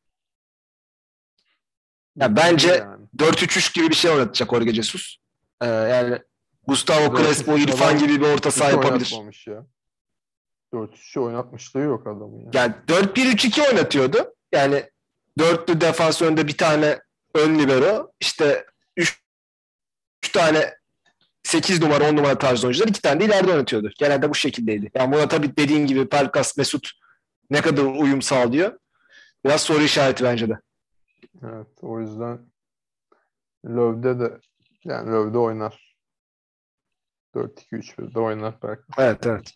Ya bence Yani. dört üç üç gibi bir şey oynatacak Jorge Jesus. Ee, yani Gustavo dört üç Crespo, üç İrfan adam gibi bir orta hiç saha yapabilir. oynatmamış ya. dört üç oynatmışlığı yok adamın ya. Yani dört bir üç iki oynatıyordu. Yani dörtlü defans önünde bir tane ön libero. İşte üç tane sekiz numara on numara tarzı oyuncular iki tane de ileride oynatıyordu. Genelde bu şekildeydi. Yani buna tabii dediğin gibi Pelkas, Mesut ne kadar uyum sağlıyor. Biraz soru işareti bence de. Evet o yüzden Löw'de de yani Löw'de oynar. dört iki üç birde oynar belki. Evet evet.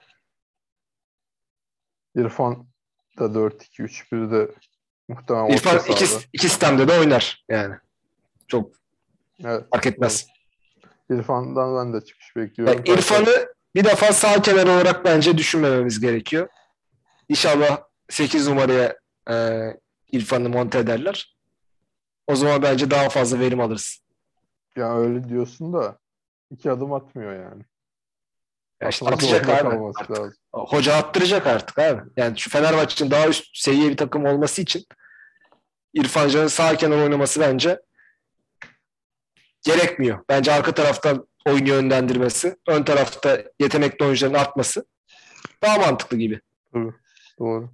İrfan da dört iki üç birde muhtemelen orta İrfan iki, sahada. iki sistemde de oynar yani. Çok Evet. fark etmez. Doğru. İrfan'dan ben de çıkış Yani bekliyorum. İrfan'ı bir defa sağ kenar olarak bence düşünmememiz gerekiyor. İnşallah sekiz numaraya e, İrfan'ı monte ederler. O zaman bence daha fazla verim alırız. Ya öyle diyorsun da iki adım atmıyor yani. Ya işte Atması atacak zorunda abi kalması artık. lazım. Hoca attıracak artık abi. Yani şu Fenerbahçe'nin daha üst seviye bir takım olması için İrfan Can'ın sağ kenar oynaması bence gerekmiyor. Bence arka taraftan oyunu yönlendirmesi, ön tarafta yetenekli oyuncuların artması daha mantıklı gibi. Doğru. Doğru.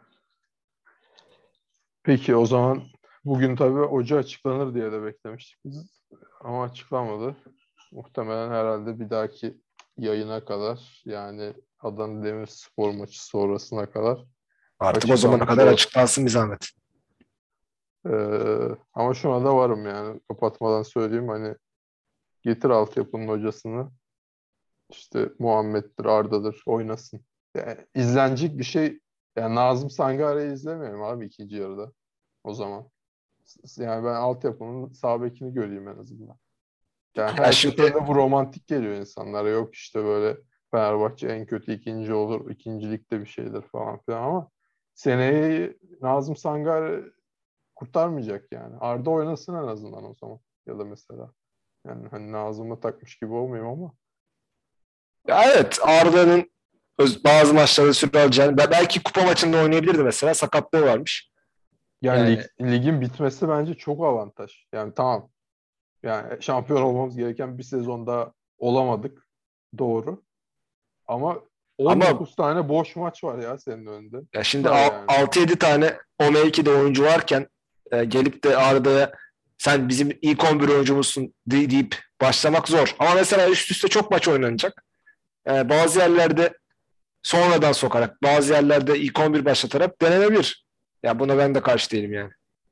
Peki o zaman bugün tabii hoca açıklanır diye de beklemiştik biz. Ama açıklanmadı. Muhtemelen herhalde bir dahaki yayına kadar yani Adana Demirspor maçı sonrasına kadar Artık o zamana açıklanmış kadar olur. açıklansın bir zahmet. Ee, ama şuna da varım yani kapatmadan söyleyeyim hani getir altyapının hocasını işte Muhammed'dir Arda'dır oynasın. Yani izlenecek bir şey yani Nazım Sangare'yi izlemeyelim abi ikinci yarıda o zaman. Yani ben altyapının sağ bekini göreyim en azından. Yani her Ya şimdi seferinde bu romantik geliyor insanlara. Yok işte böyle Fenerbahçe en kötü ikinci olur, ikincilikte bir şeydir falan filan ama seneyi Nazım Sangare kurtarmayacak yani. Arda oynasın en azından o zaman. Ya da mesela. Yani hani Nazım'a takmış gibi olmayayım ama. ya evet Arda'nın öz- bazı maçlarda süre alacağını be- belki kupa maçında oynayabilirdi mesela sakatlığı varmış. Yani lig, Yani ligin bitmesi bence çok avantaj. Yani tamam. Yani şampiyon olmamız gereken bir sezonda olamadık. Doğru. Ama ama on dokuz tane boş maç var ya senin önünde. ya şimdi Var yani. altı yedi tane o mevkide oyuncu varken e, gelip de Arda'ya sen bizim ilk on bir oyuncumuzsun de- deyip başlamak zor. Ama mesela üst üste çok maç oynanacak. E, bazı yerlerde sonradan sokarak, bazı yerlerde ilk on bir başlatarak denenebilir. Ya buna ben de karşı değilim yani.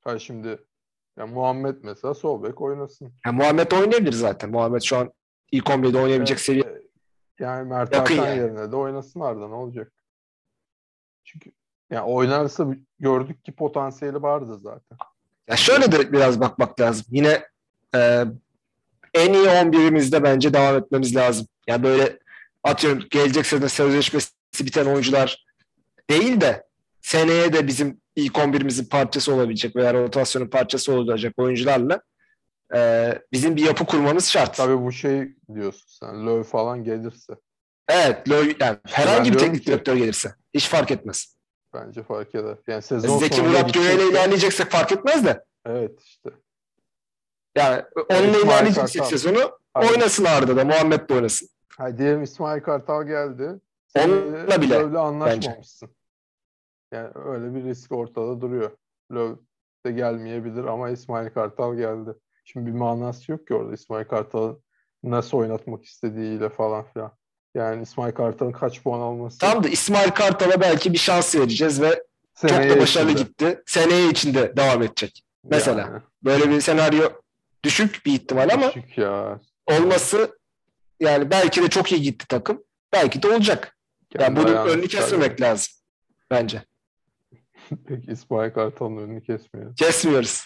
Ay şimdi ya Muhammed mesela sol bek oynasın. Yani Muhammed oynayabilir zaten. Muhammed şu an ilk on birde oynayabilecek E, seviye e, Yani Mert yakın Hakan yani. yerine de oynasın Arda, ne olacak? Çünkü yani oynarsa gördük ki potansiyeli vardı zaten. Ya şöyle de biraz bakmak lazım. Yine e, en iyi on birimizde bence devam etmemiz lazım. Yani böyle atıyorum gelecek sene sözleşmesi biten oyuncular değil de seneye de bizim ilk on birimizin parçası olabilecek veya rotasyonun parçası olacak oyuncularla e, bizim bir yapı kurmamız şart. Tabii bu şey diyorsun sen, Löw falan gelirse. Evet, Löw, yani İşte herhangi ben bir diyorum teknik ki direktör gelirse hiç fark etmez. bence fark eder. Yani sezon Zeki sonunda Murat Göğe'yle gidecekse ilerleyeceksek fark etmez de. evet işte. Yani Ya onunla İsmail ilerleyeceksek Kartal. sezonu Hayır, oynasın Arda da, Muhammed de oynasın. hayır, diyelim İsmail Kartal geldi. Seneye Onunla bile Löw'le bence. anlaşmamışsın. Yani öyle bir risk ortada duruyor. Löw de gelmeyebilir ama İsmail Kartal geldi. Şimdi bir manası yok ki orada İsmail Kartal'ın nasıl oynatmak istediğiyle falan filan. Yani İsmail Kartal'ın kaç puan alması Tam da İsmail Kartal'a belki bir şans vereceğiz ve çok da seneye başarılı içinde. gitti. Seneye içinde devam edecek. Mesela Yani böyle bir senaryo düşük bir ihtimal ama düşük ya. olması, yani belki de çok iyi gitti takım. Belki de olacak. Yani Kendi bunun ayağını önünü sıkar yani. kesmemek lazım bence. Peki İsmail Kartal'ın önünü kesmiyor. Kesmiyoruz.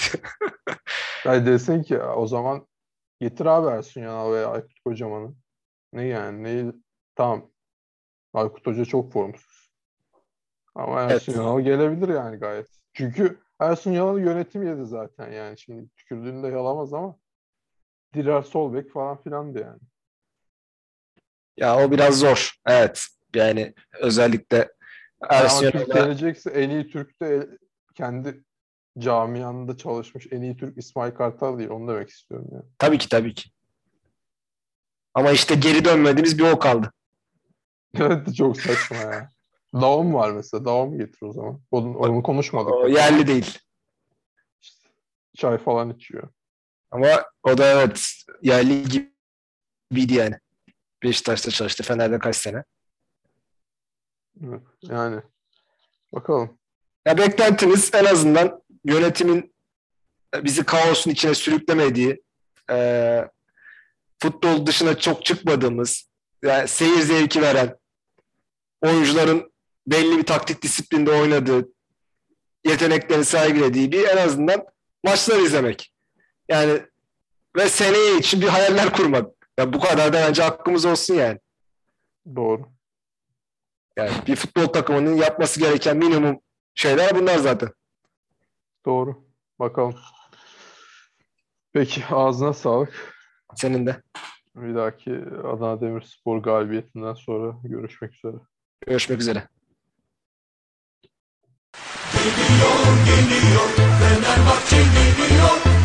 Yani desin ki o zaman getir abi Ersun Yanal veya Aykut Kocaman'ı. Ne yani? Ne? Tamam. Aykut Hoca çok formsuz. Ama Ersun Evet. Yanal gelebilir yani gayet. Çünkü Ersun Yanal yönetim yedi zaten yani. Şimdi tükürdüğünü de yalamaz ama Dirar sol bek falan filandı yani. Ya o biraz zor. Evet. Yani özellikle Yani ama Ersun Türk Yanal'a denecekse en iyi Türk de kendi camianında çalışmış en iyi Türk İsmail Kartal değil. Onu demek istiyorum yani. tabii ki tabii ki. Ama işte geri dönmediğimiz bir o kaldı. Evet, çok saçma ya. Daum var mesela. Daum getir o zaman. Onu, onu konuşmadık O bak yerli ama değil. işte çay falan içiyor. Ama o da evet yerli gibiydi yani. Beşiktaş'ta çalıştı. Fener'de kaç sene. Evet, yani bakalım. Ya beklentimiz en azından yönetimin bizi kaosun içine sürüklemediği, e, futbol dışına çok çıkmadığımız, yani seyir zevki veren, oyuncuların belli bir taktik disiplinde oynadığı, yeteneklerini sergilediği bir en azından maçlar izlemek. Yani ve seneye için bir hayaller kurmak. Ya bu kadar da bence hakkımız olsun yani. Doğru. Yani bir futbol takımının yapması gereken minimum şeyler bunlar zaten. Doğru. Bakalım. Peki ağzına sağlık. Senin de. Bir dahaki Adana Demirspor galibiyetinden sonra görüşmek üzere. Görüşmek üzere. Geliyor, geliyor, Fenerbahçe geliyor.